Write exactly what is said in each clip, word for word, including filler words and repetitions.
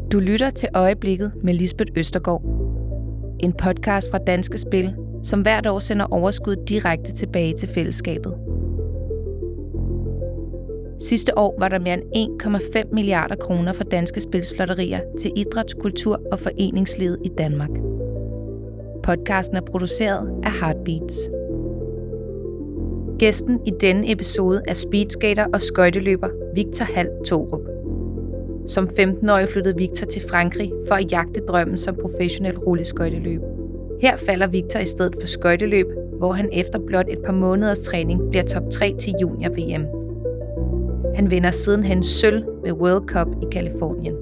Du lytter til Øjeblikket med Lisbeth Østergaard. En podcast fra Danske Spil, som hvert år sender overskud direkte tilbage til fællesskabet. Sidste år var der mere end en komma fem milliarder kroner fra Danske Spils lotterier til idræts-, kultur- og foreningslivet i Danmark. Podcasten er produceret af Heartbeats. Gæsten i denne episode er speedskater og skøjteløber Victor Hall Thorup. Som femten-årig flyttede Victor til Frankrig for at jagte drømmen som professionel rulleskøjteløb. Her falder Victor i stedet for skøjteløb, hvor han efter blot et par måneders træning bliver top tre til junior-V M. Han vinder sidenhen sølv ved World Cup i Californien.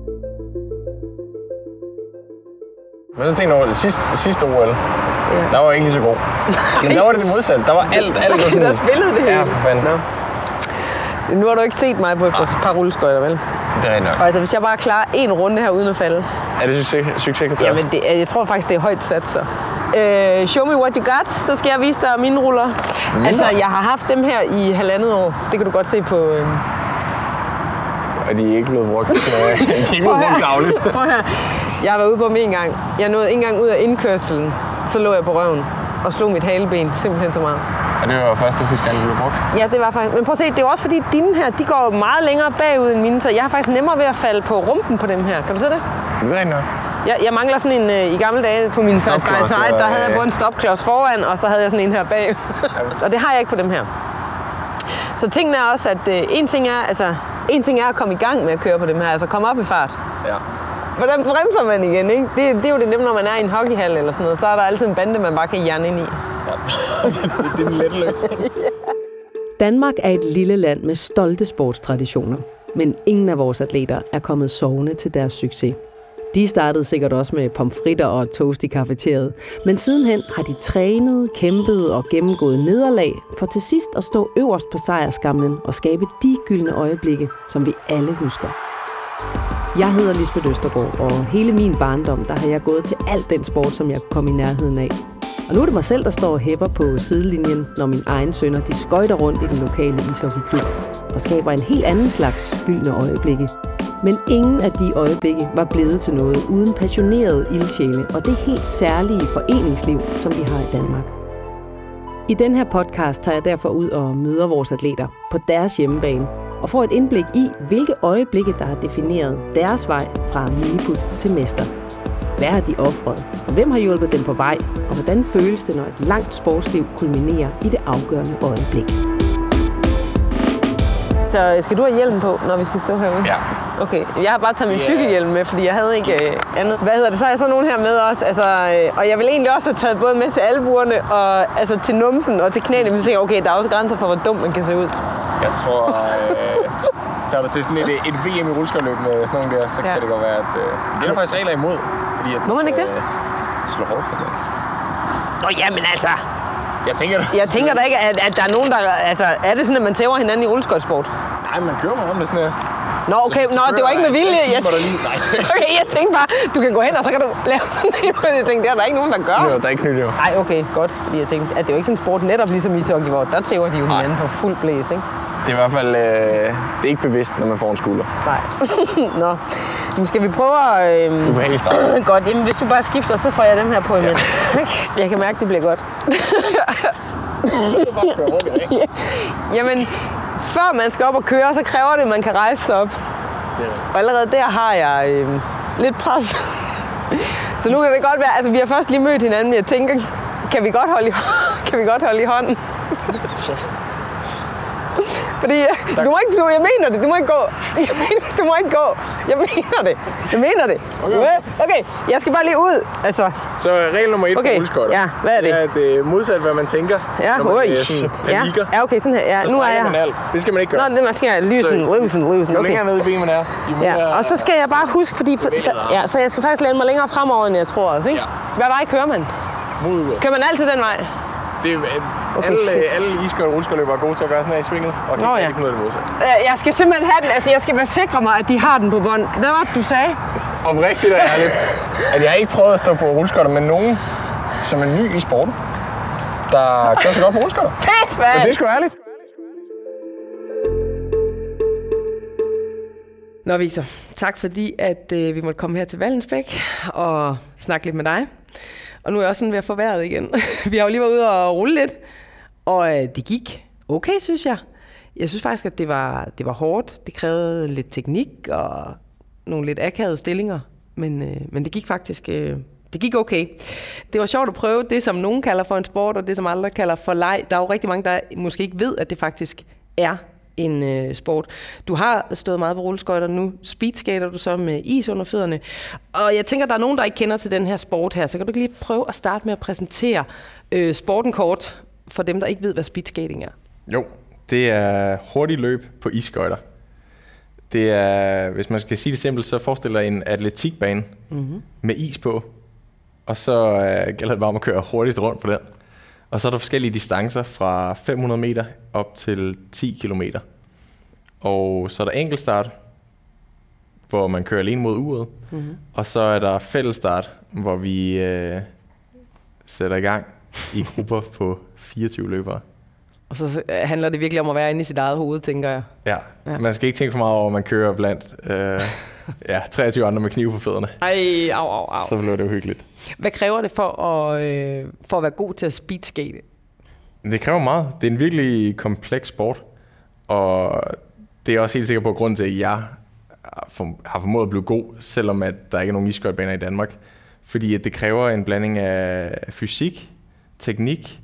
Men så tænkte jeg over det sidste, sidste O L, ja. Der var ikke lige så god. Men der var det det modsatte. Der var alt, alt der sådan... Der spillede det hele. Ja, for fanden. No. Nu har du ikke set mig på et par rulleskøjter, vel? Det er rigtig nok. Og altså, hvis jeg bare klarer én runde her uden at falde... Er det succes, succeskriteriet? Jamen, det, jeg tror faktisk, det er højt sat, så. Uh, show me what you got, så skal jeg vise dig mine ruller. Mine? Altså, jeg har haft dem her i halvandet år. Det kan du godt se på... Øh... Og de er ikke blevet brugt. De er ikke blevet brugt dagligt. Prøv her. Jeg har været ude på dem en gang. Jeg nåede ikke engang ud af indkørselen. Så lå jeg på røven og slog mit haleben simpelthen så meget. Og det var første og sidste gang, de blev brugt? Ja, det var faktisk. Men prøv at se, det er jo også fordi, dine her, de går meget længere bagud end mine, så jeg har faktisk nemmere ved at falde på rumpen på dem her. Kan du se det? Det er rigtig nok. Jeg, jeg mangler sådan en, øh, i gamle dage på min side by side, der havde jeg både en stopklods foran, og så havde jeg sådan en her bag. Og det har jeg ikke på dem her. Så tingene er også, at øh, en ting er, altså, en ting er at komme i gang med at køre på dem her, altså komme op i fart. Ja. Hvordan bremser man igen, ikke? Det, det er jo det nemme, når man er i en hockeyhal eller sådan noget. Så er der altid en bande, man bare kan jern ind i. Ja. Det er en lette løsning. Danmark er et lille land med stolte sportstraditioner, men ingen af vores atleter er kommet sovende til deres succes. De startede sikkert også med pomfritter og toast i cafeteriet, men sidenhen har de trænet, kæmpet og gennemgået nederlag for til sidst at stå øverst på sejrskamlen og skabe de gyldne øjeblikke, som vi alle husker. Jeg hedder Lisbeth Østergaard, og hele min barndom, der har jeg gået til alt den sport, som jeg kom i nærheden af. Og nu er det mig selv, der står og hæpper på sidelinjen, når mine egne sønner de skøjter rundt i den lokale ishockeyklub og skaber en helt anden slags gyldne øjeblikke. Men ingen af de øjeblikke var blevet til noget uden passionerede ildsjæle og det helt særlige foreningsliv, som vi har i Danmark. I den her podcast tager jeg derfor ud og møder vores atleter på deres hjemmebane og får et indblik i, hvilke øjeblikke, der har defineret deres vej fra miniput til mester. Hvad har de ofret, og hvem har hjulpet dem på vej, og hvordan føles det, når et langt sportsliv kulminerer i det afgørende øjeblik? Så skal du have hjelm på, når vi skal stå herude? Ja. Okay, jeg har bare taget min cykelhjelm med, fordi jeg havde ikke øh, andet. Hvad hedder det? Så har jeg så nogen her med også. Altså, øh, og jeg vil egentlig også have taget både med til albuerne, og altså til numsen og til knæene. Men jeg tænker, okay, der er også grænser for, hvor dum man kan se ud. Jeg tror, øh, tager du til sådan et, et V M i rulleskøjteløb med sådan nogle der, så ja. Kan det godt være, at øh, det er der faktisk regler imod. Fordi at må man ikke det? Øh, slå hårdt på sådan noget. Nå, jamen altså. Jeg tænker, jeg tænker da ikke, at, at der er nogen, der... Altså, er det sådan, at man tæver hinanden i rulleskøjtsport? Nej, man kører mig om det sådan her. Nå, okay, nå, det var ikke med vilje. Jeg, okay, jeg tænkte bare, du kan gå hen, og så kan du lave sådan en. Jeg tænkte, det er der ikke nogen, der gør. Nå, der er ikke knyt, jo. Nej, okay, godt. Fordi jeg tænkte, at det er jo ikke sådan en sport netop ligesom ishockey, hvor der tæver de jo hinanden på fuld blæs, ikke? Det er i hvert fald øh, det er ikke bevidst, når man får en skulder. Nej. Nå, nu skal vi prøve at... Øh... Du kan helt starte. Godt, jamen hvis du bare skifter, så får jeg dem her på imens. Ja. Jeg kan mærke, det bliver godt. Jamen, før man skal op og køre, så kræver det, at man kan rejse sig op. Og allerede der har jeg øh, lidt pres. Så nu kan det godt være, altså vi har først lige mødt hinanden, men jeg tænker, kan vi godt holde i, kan vi godt holde i hånden? Fordi, du må ikke, du, jeg mener det, du må ikke gå. Jeg mener, du må ikke gå. Jeg mener det. Jeg mener det. Okay, okay. Jeg skal bare lige ud. Altså. Så regel nummer et okay. På rulleskøjter. Ja, hvad er det? Det er det modsat, hvad man tænker. Ja, når man oj, er shit. sådan Ja. ja, okay, sådan her. Ja, så nu er jeg man alt. Det skal man ikke gøre. Nå, det man skal lysen, lysen, lysen. Jo længere ned i benet man er. Ja, og så skal jeg bare huske, fordi... For, der, ja, så jeg skal faktisk læne mig længere fremover, end jeg tror også, ikke? Ja. Hvad vej kører man? Moduret. Kører man altid den vej? Det er, okay, alle, alle iskøjte rulleskøjteløbere er gode til at gøre sådan her i svinget, og de kan ikke finde ud af det modsatte. Jeg skal simpelthen have den, altså jeg skal være sikre mig, at de har den på bånd. Hvad var det, du sagde? Oprigtigt og ærligt, at jeg ikke prøvet at stå på rulleskøjter med nogen, som er ny i sporten, der kører så godt på rulleskøjter. Fedt, mand! Men det er sgu ærligt. Nå Victor, tak fordi at øh, vi måtte komme her til Vallensbæk og snakke lidt med dig. Og nu er jeg også sådan ved at få vejret igen. Vi har jo lige været ude og rulle lidt, og øh, det gik okay, synes jeg. Jeg synes faktisk, at det var, det var hårdt. Det krævede lidt teknik og nogle lidt akavede stillinger, men, øh, men det gik faktisk øh, det gik okay. Det var sjovt at prøve det, som nogen kalder for en sport, og det, som andre kalder for leg. Der er jo rigtig mange, der måske ikke ved, at det faktisk er en øh, sport. Du har stået meget på rulleskøjter, nu speedskater du så med is under fødderne. Og jeg tænker, der er nogen, der ikke kender til den her sport her, så kan du ikke lige prøve at starte med at præsentere øh, sporten kort for dem, der ikke ved, hvad speedskating er? Jo, det er hurtigt løb på isskøjter. Det er, hvis man skal sige det simpelt, så forestiller en atletikbane mm-hmm. med is på, og så øh, gælder det bare om at køre hurtigt rundt på den. Og så er der forskellige distancer fra fem hundrede meter op til ti kilometer. Og så er der enkeltstart, hvor man kører alene mod uret. Mm-hmm. Og så er der fællesstart, hvor vi øh, sætter i gang i grupper på fireogtyve løbere. Og så handler det virkelig om at være inde i sit eget hoved, tænker jeg. Ja, ja. Man skal ikke tænke for meget over, at man kører blandt øh, ja, treogtyve andre med knive på fødderne. Ej, au, au, au. Så bliver det jo hyggeligt. Hvad kræver det for at, øh, for at være god til at speedskate? Det kræver meget. Det er en virkelig kompleks sport. Og det er jeg også helt sikker på, at grunden til, at jeg har formået at blive god, selvom at der ikke er nogen isskøjtebaner i Danmark. Fordi at det kræver en blanding af fysik, teknik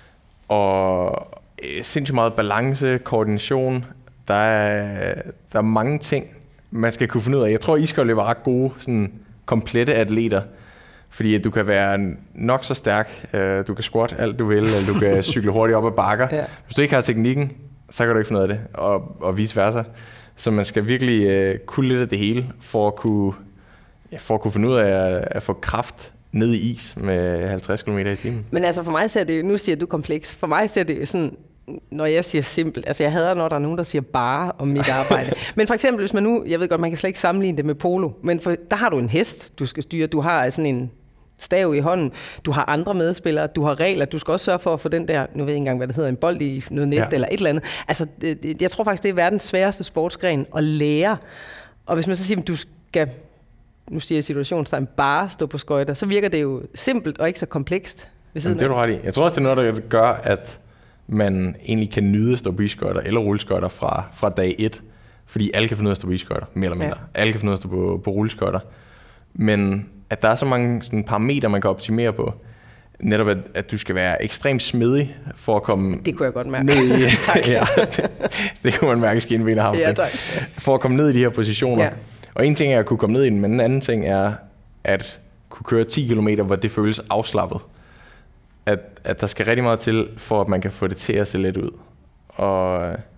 og sindssygt meget balance, koordination. Der er, der er mange ting, man skal kunne finde ud af. Jeg tror, at isskøjteløbere er ret gode, sådan komplette atleter. Fordi at du kan være nok så stærk, du kan squat alt du vil, eller du kan cykle hurtigt op ad bakker. Ja. Hvis du ikke har teknikken, så kan du ikke finde ud af det, og, og vice versa. Så man skal virkelig uh, kunne lidt af det hele, for at kunne, ja, for at kunne finde ud af at, at få kraft ned i is med halvtreds kilometer i timen. Men altså for mig ser det, nu siger du kompleks, for mig ser det sådan, når jeg siger simpelt, altså jeg hader, når der er nogen, der siger bare om mit arbejde. Men for eksempel, hvis man nu, jeg ved godt, man kan slet ikke sammenligne det med polo, men for, der har du en hest, du skal styre, du har sådan en stav i hånden, du har andre medspillere, du har regler, du skal også sørge for at få den der, nu ved jeg ikke engang, hvad det hedder, en bold i noget net ja. eller et eller andet. Altså, det, jeg tror faktisk, det er verdens sværeste sportsgren at lære. Og hvis man så siger, at du skal, nu siger jeg situationstegn, bare stå på skøjter, så virker det jo simpelt og ikke så komplekst. Jamen, det er du ret i. Jeg tror også, det er noget, der gør, at man egentlig kan nyde at stå på isskøjter eller rulleskøjter fra, fra dag et. Fordi alle kan finde ud af at stå på isskøjter, mere eller mindre. Ja. Alle kan finde ud af at stå på, på rulleskøjter. Men at der er så mange sådan, parametre, man kan optimere på. Netop, at, at du skal være ekstremt smidig for at komme det kunne jeg godt mærke. ned i... ja, det, det kunne man mærke i skinbenet. Ja, tak. For at komme ned i de her positioner. Ja. Og en ting er at kunne komme ned i den, men en anden ting er at kunne køre ti kilometer, hvor det føles afslappet. At, at der skal rigtig meget til, for at man kan få det til at se let ud. Og,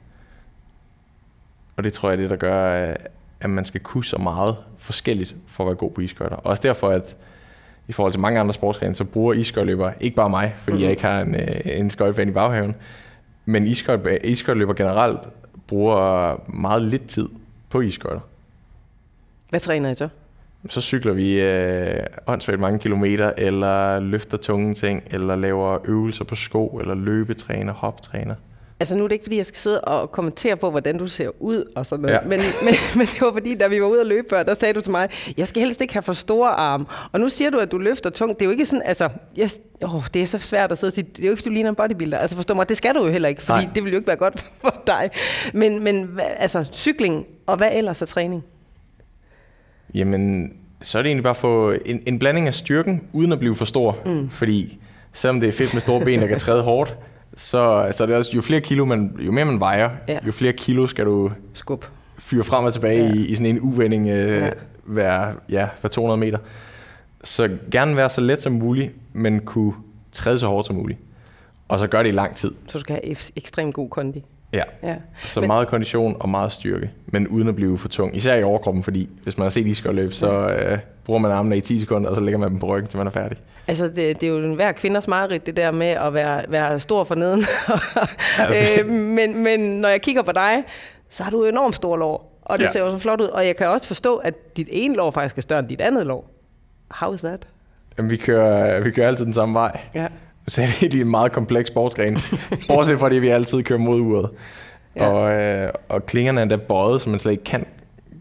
og det tror jeg er det, der gør, at man skal kunne så meget forskelligt for at være god på isskøjter. Og også derfor, at i forhold til mange andre sportsgrene, så bruger isskøjteløbere, ikke bare mig, fordi mm-hmm. jeg ikke har en, en skøjtebane i baghaven, men isskøjteløbere generelt bruger meget lidt tid på isskøjter. Hvad træner I så? Så cykler vi øh, åndssvagt mange kilometer, eller løfter tunge ting, eller laver øvelser på sko, eller løbetræner, hoptræner. Altså nu er det ikke, fordi jeg skal sidde og kommentere på, hvordan du ser ud og sådan noget, ja. men, men, men det var fordi, da vi var ude at løbe før, der sagde du til mig, jeg skal helst ikke have for store arme. Og nu siger du, at du løfter tungt. Det er jo ikke sådan, altså, jeg, åh, det er så svært at sidde og sige, det er jo ikke, fordi du ligner en bodybuilder. Altså forstå mig, det skal du jo heller ikke, fordi Nej. det vil jo ikke være godt for dig. Men, men altså, cykling, og hvad ellers er træning? Jamen, så er det egentlig bare at få en, en blanding af styrken, uden at blive for stor. Mm. Fordi selvom det er fedt med store ben, der kan træde hårdt, så, så er det også, jo flere kilo man, jo mere man vejer, ja. jo flere kilo skal du Skub. fyre frem og tilbage ja. i, i sådan en uvending øh, ja. hver, ja, hver to hundrede meter. Så gerne være så let som muligt, men kunne træde så hårdt som muligt. Og så gør det i lang tid. Så du skal have ekstremt god kondi. Ja, ja. Så men, meget kondition og meget styrke, men uden at blive for tung. Især i overkroppen, fordi hvis man har set isskøjteløb, så øh, bruger man armene i ti sekunder, og så lægger man dem på ryggen, til man er færdig. Altså, det, det er jo hver kvinders mareridt, det der med at være, være stor for neden. øh, men, men når jeg kigger på dig, så har du enormt store lår, og det ja. ser jo så flot ud. Og jeg kan også forstå, at dit ene lår faktisk er større end dit andet lår. How is that? Jamen, vi kører, vi kører altid den samme vej. Ja. Så er det egentlig en meget kompleks sportsgren. Bortset fra det, vi altid kører mod uret. Ja. Og, øh, og klingerne er der bøjet, så man slet ikke kan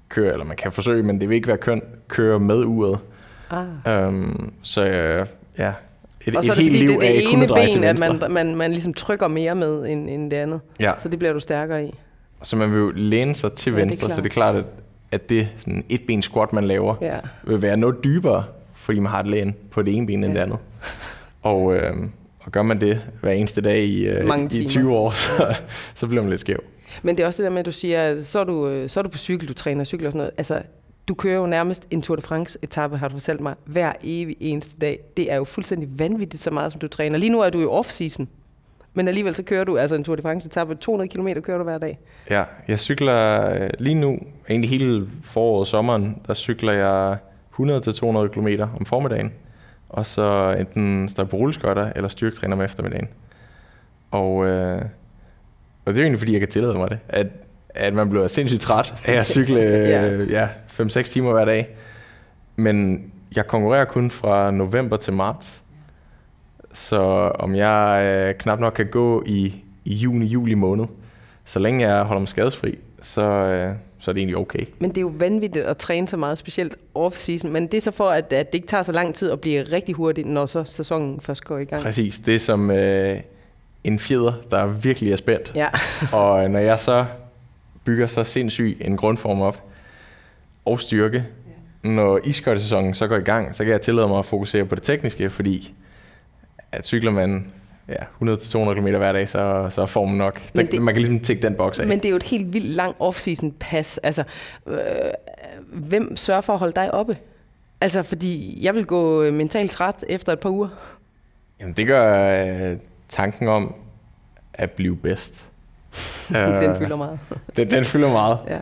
køre, eller man kan forsøge, men det vil ikke være kønt, køre med uret. Ah. Um, så øh, ja, et, og så et helt liv af det kun at dreje til ben, venstre. at man, man, man ligesom trykker mere med end, end det andet. Ja. Så det bliver du stærkere i. Så man vil jo læne sig til ja, venstre, det så det er klart, at, at det sådan et ben squat, man laver, ja. vil være noget dybere, fordi man har et læn på det ene ben end ja. det andet. Og, øh, og gør man det hver eneste dag i, øh, i tyve år, så, så bliver man lidt skæv. Men det er også det der med, at du siger, så er du, så er du på cykel, du træner cykel og sådan noget. Altså, du kører jo nærmest en Tour de France-etape, har du fortalt mig, hver evig eneste dag. Det er jo fuldstændig vanvittigt så meget, som du træner. Lige nu er du jo off-season, men alligevel så kører du altså en Tour de France-etape. to hundrede kilometer kører du hver dag. Ja, jeg cykler lige nu, egentlig hele foråret og sommeren, der cykler jeg hundrede til to hundrede kilometer om formiddagen. Og så enten står jeg på rulleskøjter eller styrketræner om eftermiddagen. Og, øh, og det er jo egentlig fordi, jeg kan tillade mig det. At, at man bliver sindssygt træt af at cykle øh, ja, fem seks timer hver dag. Men jeg konkurrerer kun fra november til marts. Så om jeg øh, knap nok kan gå i, i juni, juli måned, så længe jeg holder mig skadesfri, så, øh, så er det egentlig okay. Men det er jo vanvittigt at træne så meget, specielt off-season. Men det er så for, at, at det ikke tager så lang tid at blive rigtig hurtigt, når så sæsonen først går i gang. Præcis. Det er som øh, en fjeder, der virkelig er spændt. Ja. Og når jeg så bygger så sindssygt en grundform op og styrke, ja. når iskøjtesæsonen så går i gang, så kan jeg tillade mig at fokusere på det tekniske, fordi at cykler man ja, hundrede til to hundrede kilometer hver dag, så, så er formen nok. Der, det, man kan ligesom tække den boks af. Men det er jo et helt vildt lang off-season pas. Altså, øh, hvem sørger for at holde dig oppe? Altså, fordi jeg vil gå mentalt træt efter et par uger. Jamen, det gør øh, tanken om at blive bedst. den fylder meget. den, den fylder meget. Ja.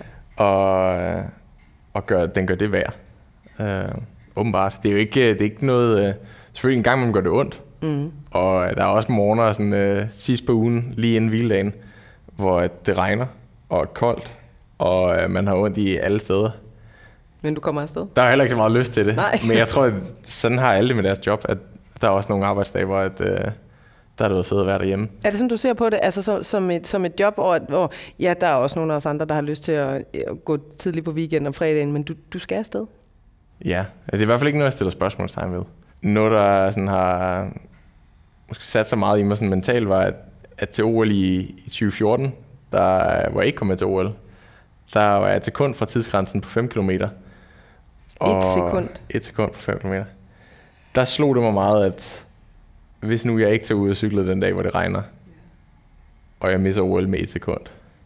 Og, og gør, den gør det værd. Øh, åbenbart. Det er jo ikke, det er ikke noget... Øh, selvfølgelig en gang, man gør det ondt. Mm. Og der er også morgener sådan, øh, sidst på ugen, lige inden hviledagen, hvor det regner og er koldt, og øh, man har ondt i alle steder. Men du kommer afsted? Der er heller ikke så meget lyst til det. Nej. Men jeg tror, at sådan har alle med deres job, at der er også nogle arbejdsdage, hvor at, øh, der er det været fedt at være derhjemme. Er det sådan, du ser på det? Altså som, som, et, som et job, hvor, hvor ja, der er også nogle af os andre, der har lyst til at, at gå tidligt på weekenden og fredagen, men du, du skal afsted? Ja, det er i hvert fald ikke noget, jeg stiller spørgsmålstegn ved. Noget, der sådan har måske sat så meget i mig sådan mentalt, var, at, at til O L i, i tyve fjorten, der var jeg ikke kommet til O L. Der var jeg til kun fra tidsgrænsen på fem kilometer. Et sekund? Et sekund på fem kilometer. Der slog det mig meget, at hvis nu jeg ikke tager ud og cyklede den dag, hvor det regner, og jeg misser O L med et sekund,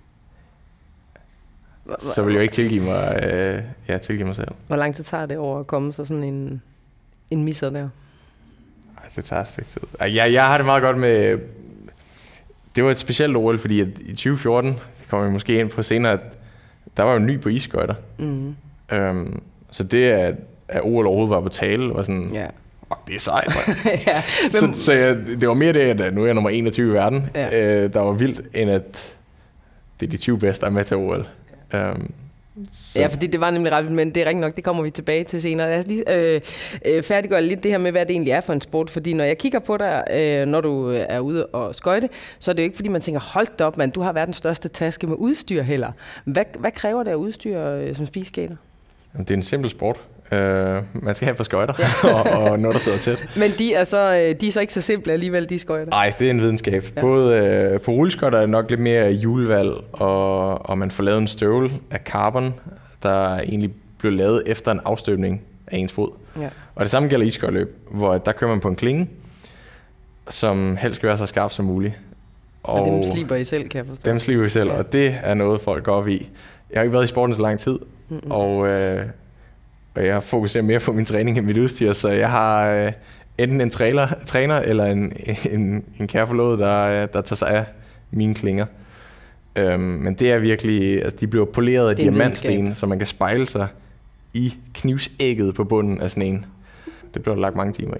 så vil jeg jo ikke tilgive mig, øh, ja, tilgive mig selv. Hvor lang tid tager det over at komme så sådan en, en misser der? Ej, det tager et stykke tid. Jeg, jeg har det meget godt med... Det var et specielt O L, fordi at i tyve fjorten, det kommer vi måske ind på senere, at der var jo ny på isskøjter. Mm. Øhm, så det, at, at O L overhovedet var på tale, var sådan... Ja. Oh, det er sejt, ja, men... Så, så jeg, det var mere det, at nu er jeg nummer enogtyve i verden, ja. øh, der var vildt, end at det er de tyve bedste, der er med til O L. Ja. Øhm, Så. Ja, fordi det var nemlig ret, men det er rigtigt nok, det kommer vi tilbage til senere. Lad os lige øh, øh, færdiggøre lidt det her med, hvad det egentlig er for en sport, fordi når jeg kigger på dig, øh, når du er ude og skøjte, så er det jo ikke, fordi man tænker, hold da op, mand, du har verdens største taske med udstyr heller. Hvad, hvad kræver det af udstyr øh, som speedskater? Det er en simpel sport. Uh, man skal have for skøjter, ja. og, og noget, der sidder tæt. Men de er, så, de er så ikke så simple alligevel, de skøjter? Nej, det er en videnskab. Ja. Både uh, på rulleskøjter er det nok lidt mere hjulvalg, og, og man får lavet en støvle af carbon, der egentlig blev lavet efter en afstøbning af ens fod. Ja. Og det samme gælder isskøjteløb, hvor der kører man på en klinge, som helst skal være så skarp som muligt. Og, og dem sliber I selv, kan jeg forstå. Dem sliber I selv, ja. Og det er noget, folk går op i. Jeg har ikke været i sporten så lang tid, mm-hmm. og... Uh, Og jeg fokuserer mere på min træning end mit udstyr, så jeg har øh, enten en trailer, træner eller en, en, en kæreforlovet, der, der tager sig af mine klinger. Øhm, men det er virkelig, at de bliver poleret af diamantsten, så man kan spejle sig i knivsægget på bunden af sådan en. Det bliver der lagt mange timer i.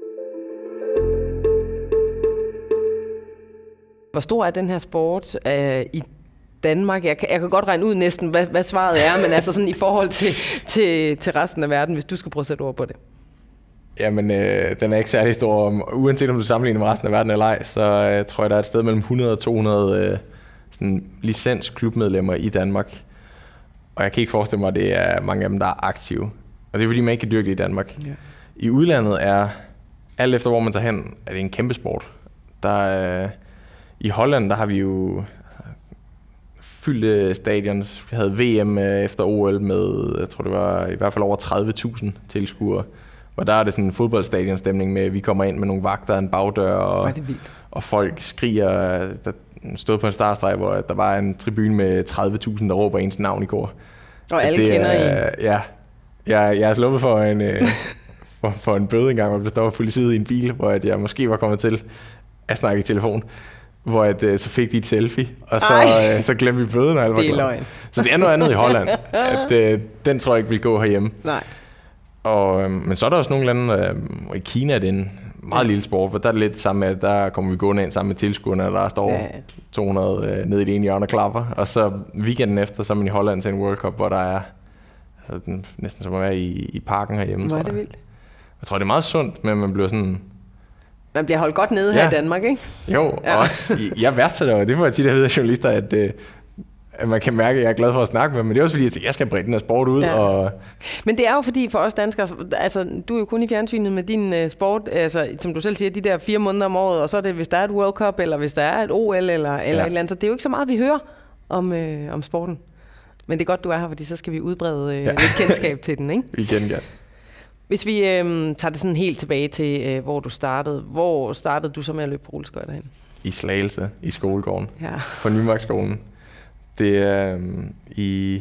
Hvor stor er den her sport øh, i Danmark? Jeg kan, jeg kan godt regne ud næsten, hvad, hvad svaret er, men altså sådan i forhold til, til, til resten af verden, hvis du skal prøve at sætte ord på det. Jamen, øh, den er ikke særlig stor. Uanset om du sammenligner med resten af verden eller ej, så øh, tror jeg, der er et sted mellem hundrede og to hundrede øh, sådan licensklubmedlemmer i Danmark. Og jeg kan ikke forestille mig, at det er mange af dem, der er aktive. Og det er fordi, man ikke kan dyrke det i Danmark. Ja. I udlandet er, alt efter hvor man tager hen, er det en kæmpe sport. Der er, I Holland, der har vi jo fyldte stadions. Vi havde V M efter O L med, jeg tror det var i hvert fald over tredive tusind tilskuere. Og der er det sådan en fodboldstadionstemning med, at vi kommer ind med nogle vagter, en bagdør, og, og folk skriger. Der stod på en startstreg, hvor der var en tribune med tredive tusind, der råber ens navn i går. Og alle det, kender er, I? Ja. Jeg, jeg er sluppet for en, for, for en bøde engang, hvor der stod politiet i en bil, hvor at jeg måske var kommet til at snakke i telefon. Hvor at, så fik de et selfie, og så, øh, så glemte vi bøden, og alle var det er glade. løgn. Så det er noget andet i Holland. At, øh, den tror jeg ikke vil gå herhjemme. Nej. Og, øh, men så er der også nogle lande, øh, i Kina er det en meget ja. lille sport, for der er det lidt samme med, der kommer vi gående ind sammen med tilskuerne, og der står ja. to hundrede øh, nede i det ene hjørne og klapper. Og så weekenden efter, så er man i Holland til en World Cup, hvor der er altså, den, næsten som at være i, i parken herhjemme. Hvor er det vildt. Jeg tror, det er meget sundt, men man bliver sådan... Man bliver holdt godt nede ja. her i Danmark, ikke? Jo, ja. Og også, jeg værdsætter det, det får jeg tit at vide af journalister, at, at man kan mærke, at jeg er glad for at snakke med, men det er også fordi, at jeg skal brede den her sport ud. Ja. Og men det er jo fordi for os danskere, altså du er jo kun i fjernsynet med din uh, sport, altså som du selv siger, de der fire måneder om året, og så er det, hvis der er et World Cup, eller hvis der er et O L, eller, eller ja. et eller andet, så det er jo ikke så meget, vi hører om, øh, om sporten. Men det er godt, du er her, fordi så skal vi udbrede øh, ja. lidt kendskab til den, ikke? Vi kender det. Hvis vi øh, tager det sådan helt tilbage til, øh, hvor du startede. Hvor startede du så med at løbe på rulleskøjter hen? I Slagelse, i skolegården. Ja. På Nymarkskolen. Det er øh, i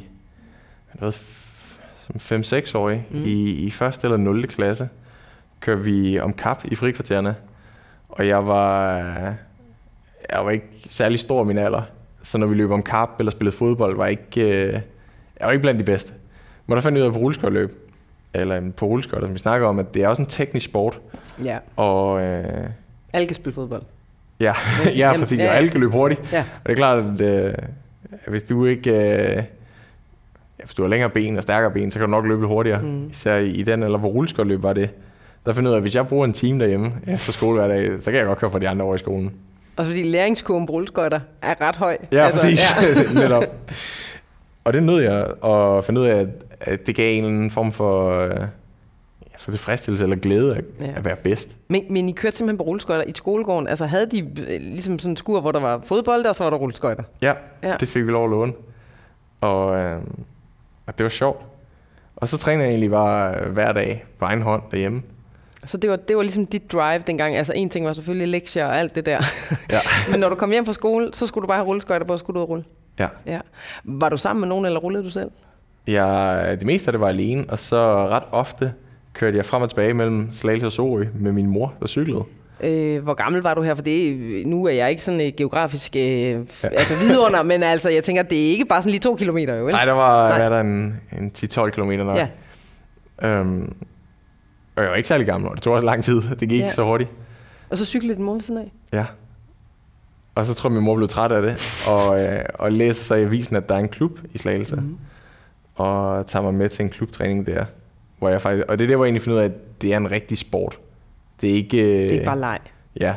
fem seks årige, mm. i, i første eller nul klasse, kører vi om kap i frikvartererne. Og jeg var, jeg var ikke særlig stor i min alder. Så når vi løb om kap eller spillede fodbold, var jeg ikke, øh, jeg var ikke blandt de bedste. Men der fandt jeg ud af på rulleskøjteløb. Eller på rulleskøjter, som vi snakker om, at det er også en teknisk sport. Ja. Og øh, alle kan spille fodbold. Ja, ja, præcis. Ja, ja. Og alle kan løbe hurtigt. Ja. Og det er klart, at øh, hvis du ikke øh, ja, hvis du har længere ben og stærkere ben, så kan du nok løbe hurtigere. Mm. Især i, i den, eller hvor rulleskøjteløb var det. Der finder jeg ud af, at hvis jeg bruger en time derhjemme efter skole hver dag, så kan jeg godt køre for de andre over i skolen. Og fordi læringskurven på rulleskøjter er ret høj. Ja, altså, præcis. Ja. Netop. Og det nød jeg at finde ud af, at det gav en eller anden form for, øh, for tilfredsstillelse eller glæde at, ja. at være bedst. Men, men I kørte simpelthen på rulleskøjter i skolegården? Altså havde de ligesom sådan en skur, hvor der var fodbold, og så var der rulleskøjter? Ja, ja, det fik vi lov at låne. Og, øh, og det var sjovt. Og så trænede jeg egentlig bare hver dag på egen hånd derhjemme. Så det var, det var ligesom dit drive dengang? Altså en ting var selvfølgelig lektier og alt det der. Ja. Men når du kom hjem fra skole, så skulle du bare have rulleskøjter på, og skulle du ud og rulle? Ja. Ja. Var du sammen med nogen, eller rullede du selv? Ja, det meste af det var alene, og så ret ofte kørte jeg frem og tilbage mellem Slagelse og Sorø med min mor, der cyklede. Øh, hvor gammel var du her? For det, nu er jeg ikke sådan et geografisk øh, ja. altså vidunder, men altså, jeg tænker, det er ikke bare sådan lige to kilometer, jo vel? Nej, der var, Nej. Var der en, en ti til tolv kilometer nok. Ja. Øhm, og jeg var ikke særlig gammel, og det tog også lang tid. Det gik ja. ikke så hurtigt. Og så cyklede din mor ved siden af? Ja. Og så tror jeg, min mor blev træt af det, og, øh, og læser så i avisen, at der er en klub i Slagelse. Mm-hmm. Og tager mig med til en klubtræning der. Hvor jeg faktisk, og det er der, hvor jeg egentlig finder ud af, at det er en rigtig sport. Det er ikke... Det er ikke bare leg. Ja.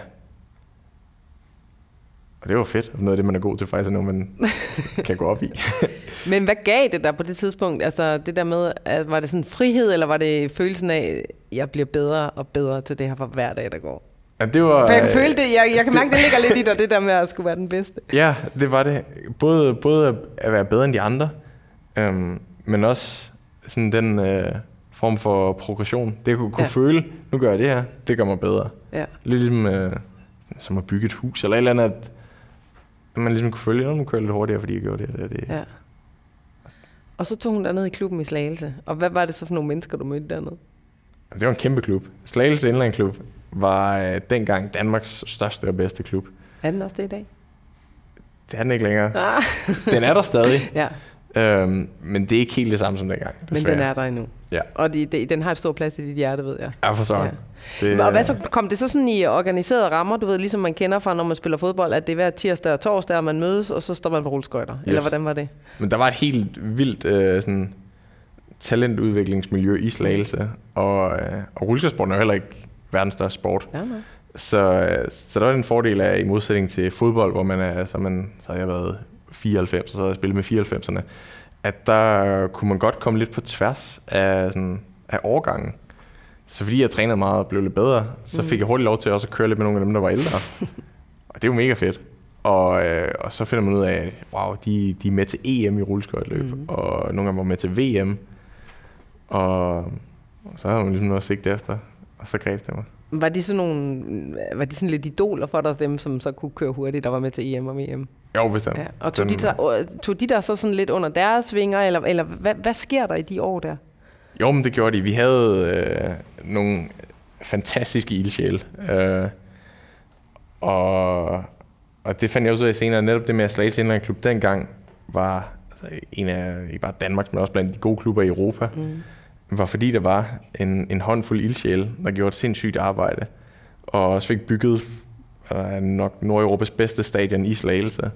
Og det var fedt. Noget af det, man er god til faktisk, er noget, man kan gå op i. Men hvad gav det der på det tidspunkt? Altså det der med, at var det sådan frihed, eller var det følelsen af, at jeg bliver bedre og bedre til det her for hver dag, der går? Ja, det var, for jeg kan føle det, jeg, jeg kan mærke, det ligger lidt i dig, det der med at skulle være den bedste. Ja, det var det. Både, både at være bedre end de andre, øhm, men også sådan den øh, form for progression. Det at kunne, kunne ja. føle, nu gør jeg det her, det gør mig bedre. Ja. Lidt ligesom øh, som at bygge et hus, eller et eller andet, at man ligesom kunne føle, at nu kører jeg lidt hurtigere, fordi jeg gjorde det. det. Ja. Og så tog hun derned i klubben i Slagelse. Og hvad var det så for nogle mennesker, du mødte dernede? Det var en kæmpe klub. Slagelse Inlandklub var øh, dengang Danmarks største og bedste klub. Er den også det i dag? Det er den ikke længere. Ah. Den er der stadig. Ja. Øhm, men det er ikke helt det samme som dengang. Men den er der endnu. Ja. Og de, de, den har et stort plads i dit hjerte, ved jeg. Ja, for så. Ja. Det, og hvad så, kom det så sådan i organiserede rammer, du ved, ligesom man kender fra, når man spiller fodbold, at det er hver tirsdag og torsdag, og man mødes, og så står man på rulleskøjter? Yes. Eller hvordan var det? Men der var et helt vildt øh, sådan, talentudviklingsmiljø i Slagelse, og, øh, og rulleskøjtsporten er jo heller ikke verdens største sport. Ja, nej. Så, så der er en fordel af, i modsætning til fodbold, hvor man er, så, man, så har jeg været fireoghalvfems, og så har jeg spillet med fireoghalvfemserne, at der kunne man godt komme lidt på tværs af, sådan, af årgangen. Så fordi jeg trænede meget og blev lidt bedre, så fik jeg hurtigt lov til også at køre lidt med nogle af dem, der var ældre. Og det er jo mega fedt. Og, øh, og så finder man ud af, at wow, de, de er med til E M i rulleskøjteløb, mm. og nogle af dem var med til V M. Og, og så har man ligesom noget sigt efter, og så greb det mig. Var de sådan nogle, var de sådan lidt idoler for dig, dem som så kunne køre hurtigt, der var med til E M og V M? Jo, bestemt. Ja. Og tog de, der, tog de der så sådan lidt under deres vinger, eller, eller hvad, hvad sker der i de år der? Jo, men det gjorde de. Vi havde øh, nogle fantastiske ildsjæle. Øh, og, og det fandt jeg også af senere. Netop det med at Slagelse Indlandsklub dengang var altså, en af, ikke bare Danmark, men også blandt de gode klubber i Europa. Mm. Var fordi der var en, en håndfuld ildsjæle, der gjorde et sindssygt arbejde. Og også fik bygget øh, nok Nordeuropas bedste stadion i Slagelse.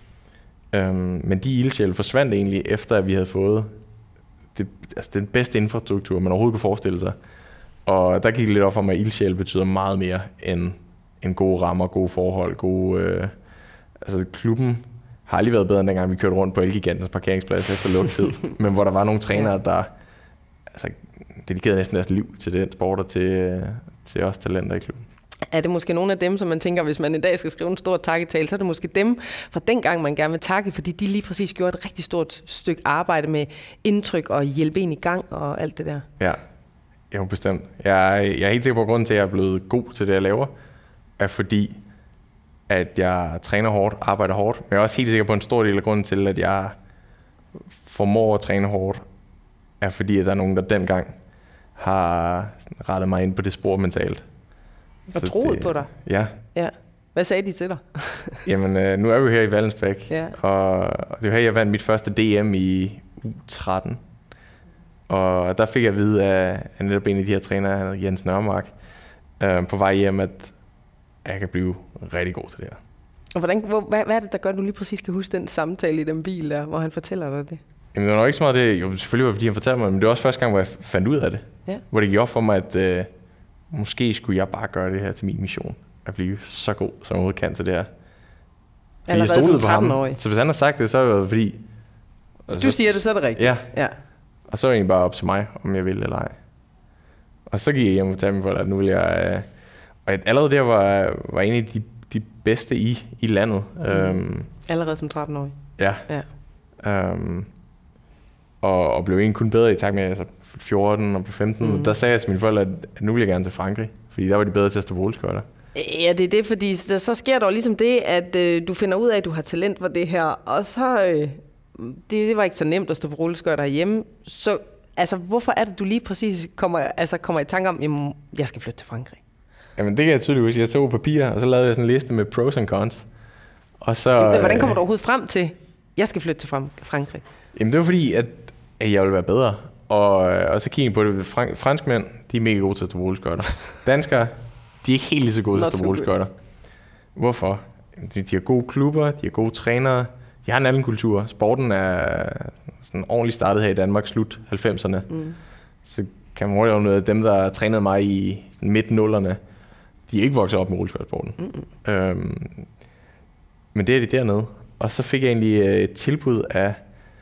Um, men de ildsjæle forsvandt egentlig efter, at vi havde fået det, altså den bedste infrastruktur, man overhovedet kunne forestille sig. Og der gik det lidt op for mig, at ildsjæle betyder meget mere end, end gode rammer, gode forhold, gode... Øh, altså klubben har aldrig været bedre, end dengang vi kørte rundt på Elgigantens parkeringsplads efter lukketid. Men hvor der var nogle trænere, der altså, dedikerede næsten deres liv til den sport og til, til os talenter i klubben. Er det måske nogle af dem, som man tænker, hvis man i dag skal skrive en stor takketale, så er det måske dem fra dengang, man gerne vil takke, fordi de lige præcis gjorde et rigtig stort stykke arbejde med indtryk og hjælpe en i gang og alt det der? Ja, jo bestemt. Jeg, jeg er helt sikker på, at grunden til, at jeg er blevet god til det, jeg laver, er fordi, at jeg træner hårdt, arbejder hårdt, men jeg er også helt sikker på, en stor del af grunden til, at jeg formår at træne hårdt, er fordi, at der er nogen, der dengang har rettet mig ind på det spor mentalt. Og troet på dig? Ja. ja. Hvad sagde de til dig? Jamen, øh, nu er vi jo her i Vallensbæk, ja. og, og det var her, jeg vandt mit første D M i U tretten. Og der fik jeg at vide af, af netop en af de her trænere, Jens Nørmark, øh, på vej hjem, at jeg kan blive rigtig god til det her. Og hvordan, hvor, hvad, hvad er det, der gør, at du lige præcis kan huske den samtale i den bil der, hvor han fortæller dig det? Jamen, det var nok ikke så meget det, jo selvfølgelig var det, fordi han fortalte mig, men det var også første gang, hvor jeg fandt ud af det. Ja. Hvor det gik op for mig, at øh, måske skulle jeg bare gøre det her til min mission. At blive så god, som jeg overhovedet kan til det her. Fordi allerede som tretten-årig. Så hvis han har sagt det, så er det fordi... Hvis du siger det, så er det rigtigt. Ja. ja. Og så er det egentlig bare op til mig, om jeg vil eller ej. Og så gik jeg hjem og fortalte mig for, at nu vil jeg... Øh, og allerede der var, var en af de, de bedste i, i landet. Mm. Øhm, allerede som tretten-årig? Ja. ja. Øhm, og, og blev egentlig kun bedre i takt med altså fjorten og femten. Mm. Der sagde jeg til mine forældre, at nu vil jeg gerne til Frankrig. Fordi der var de bedre til at stå på rulleskøjter. Ja, det er det, fordi der, så sker der jo ligesom det, at øh, du finder ud af, at du har talent for det her. Og så... Øh, det, det var ikke så nemt at stå på rulleskøjter hjemme. Så altså, hvorfor er det, du lige præcis kommer, altså, kommer i tanke om, jamen, jeg skal flytte til Frankrig? Jamen, det kan jeg tydeligt huske. Jeg tog papir, og så lavede jeg sådan en liste med pros and cons. Og så, jamen, hvordan kommer du overhovedet frem til, jeg skal flytte til Frankrig? Jamen, det var fordi, at, at jeg ville være bedre. Og, og så kiggede jeg på det. Frank, franskmænd, de er mega gode til at stå på rulleskøjter. Danskere, de er ikke helt lige så gode til at stå på rulleskøjter. Hvorfor? De, de har gode klubber, de har gode trænere, de har en anden kultur. Sporten er sådan ordentligt startet her i Danmark, slut halvfemserne. Mm. Så kan man hurtigt have noget af dem, der trænede mig i midt-nullerne, de er ikke vokset op med rulleskøjtesporten. Mm. Øhm, men det er det dernede. Og så fik jeg egentlig et tilbud af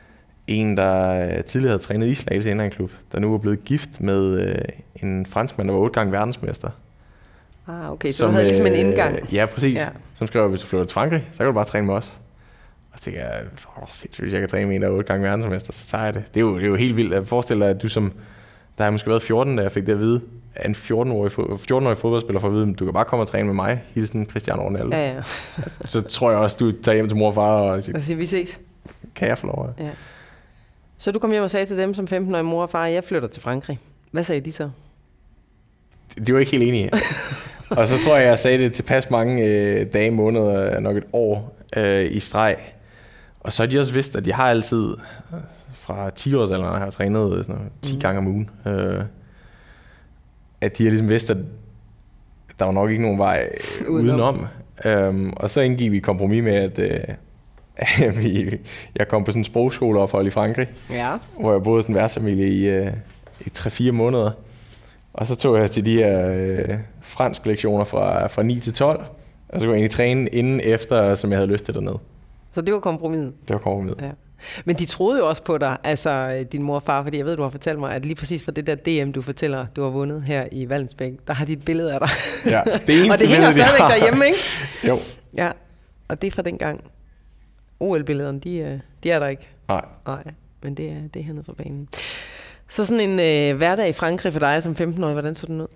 en, der tidligere havde trænet i Slagelse Indlandsklub, der nu var blevet gift med en franskmand, der var otte gange verdensmester. Ah, okay, så som, du havde ligesom en indgang. Ja, præcis. Ja. Som skrev, hvis du flytter til Frankrig, så kan du bare træne med os. Og så tænkte jeg, oh, hvis jeg kan træne med en, der er otte gange verdensmester, så tager jeg det. Det er jo, det er jo helt vildt. Jeg forestiller dig, at du som, der har måske været fjorten, da jeg fik det at vide, en fjorten-årig, fjorten-årig fodboldspiller får at vide, du kan bare komme og træne med mig, hilsen Cristiano Ronaldo. Ja, ja. Så tror jeg også, du tager hjem til mor og far og siger, altså, vi ses. Kan jeg få lov? Ja. Så du kom hjem og sagde til dem som femten-årig mor og far, jeg flytter til Frankrig. Hvad sagde de så? De var ikke helt enige. Og så tror jeg, jeg sagde det tilpas mange øh, dage, måneder, nok et år øh, i streg. Og så har de også vidst, at jeg har altid, fra ti-årsalderen, har trænet sådan noget, ti mm. gange om ugen. Øh, at de har ligesom vidst, at der var nok ikke nogen vej udenom. Um, og så indgik vi kompromis med, at uh, vi, jeg kom på sådan en sprogskoleophold i Frankrig, ja. Hvor jeg boede sådan en værtsfamilie i, uh, i tre-fire måneder. Og så tog jeg til de her uh, fransk lektioner fra, fra ni til tolv, og så kunne jeg egentlig træne inden efter, som jeg havde lyst til dernede. Så det var kompromiset? Det var kompromiset. Ja. Men de troede jo også på dig, altså din mor og far, fordi jeg ved, du har fortalt mig, at lige præcis for det der D M, du fortæller, du har vundet her i Vallensbæk, der har de et billede af dig. Ja, det eneste og det hænger billede, stadigvæk derhjemme, ikke? Jo. Ja, og det er fra dengang. O L-billederne, de, de er der ikke. Nej. Nej, men det er, det er hernede fra banen. Så sådan en øh, hverdag i Frankrig for dig som femten-årig, hvordan så den ud?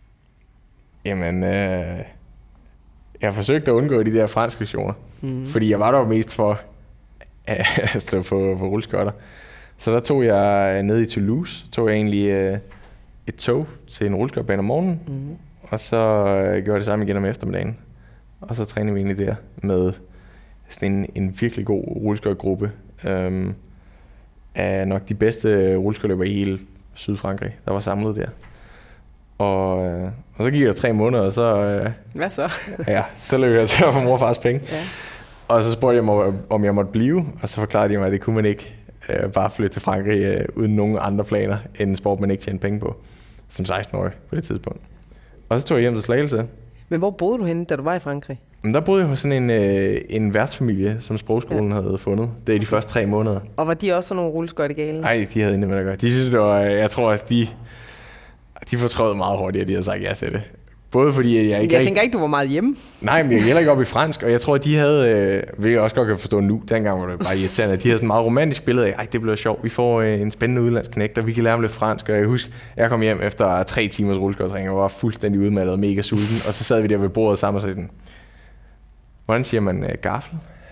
Jamen, øh, jeg forsøgte at undgå de der franske lektioner, mm. fordi jeg var der jo mest for at stå på, på rulleskøjter. Så der tog jeg ned i Toulouse, tog jeg egentlig øh, et tog til en rulleskøjtebane om morgenen, mm. og så øh, gjorde jeg det samme igen om eftermiddagen. Og så trænede vi egentlig der med sådan en, en virkelig god rulleskøjtegruppe øh, af nok de bedste rulleskøjteløbere i hele Sydfrankrig, der var samlet der. Og, øh, og så gik der tre måneder, og så... Øh, Hvad så? ja, så løb jeg til at få mor og fars penge. Ja. Og så spurgte jeg mig, om jeg måtte blive, og så forklarede de mig, at det kunne man ikke øh, bare flytte til Frankrig øh, uden nogen andre planer, end en sport, man ikke tjente penge på, som seksten-årig på det tidspunkt. Og så tog jeg hjem til Slagelse. Men hvor boede du henne, da du var i Frankrig? Men der boede jeg hos sådan en, øh, en værtsfamilie, som sprogskolen ja. havde fundet. Det er de første tre måneder. Og var de også sådan nogle rulleskøjtegale? Nej, de havde intet med at gøre. De synes, det var, jeg tror, at de... De fortrød meget hurtigt, at de havde sagt ja til det. Både fordi, at jeg ikke... Jeg tænker ikke, du var meget hjemme. Nej, men jeg gik heller ikke op i fransk, og jeg tror, at de havde... Øh, hvilket jeg også godt kan forstå nu, dengang var det bare irriterende, at de havde sådan en meget romantisk billede af, ej, det bliver sjovt, vi får øh, en spændende udlandsknægt, og vi kan lære om lidt fransk. Og jeg husker, jeg kom hjem efter tre timers rulleskøjtetræning, og var fuldstændig udmattet og mega sulten, og så sad vi der ved bordet sammen og sagde sådan, hvordan siger man øh, gaffel?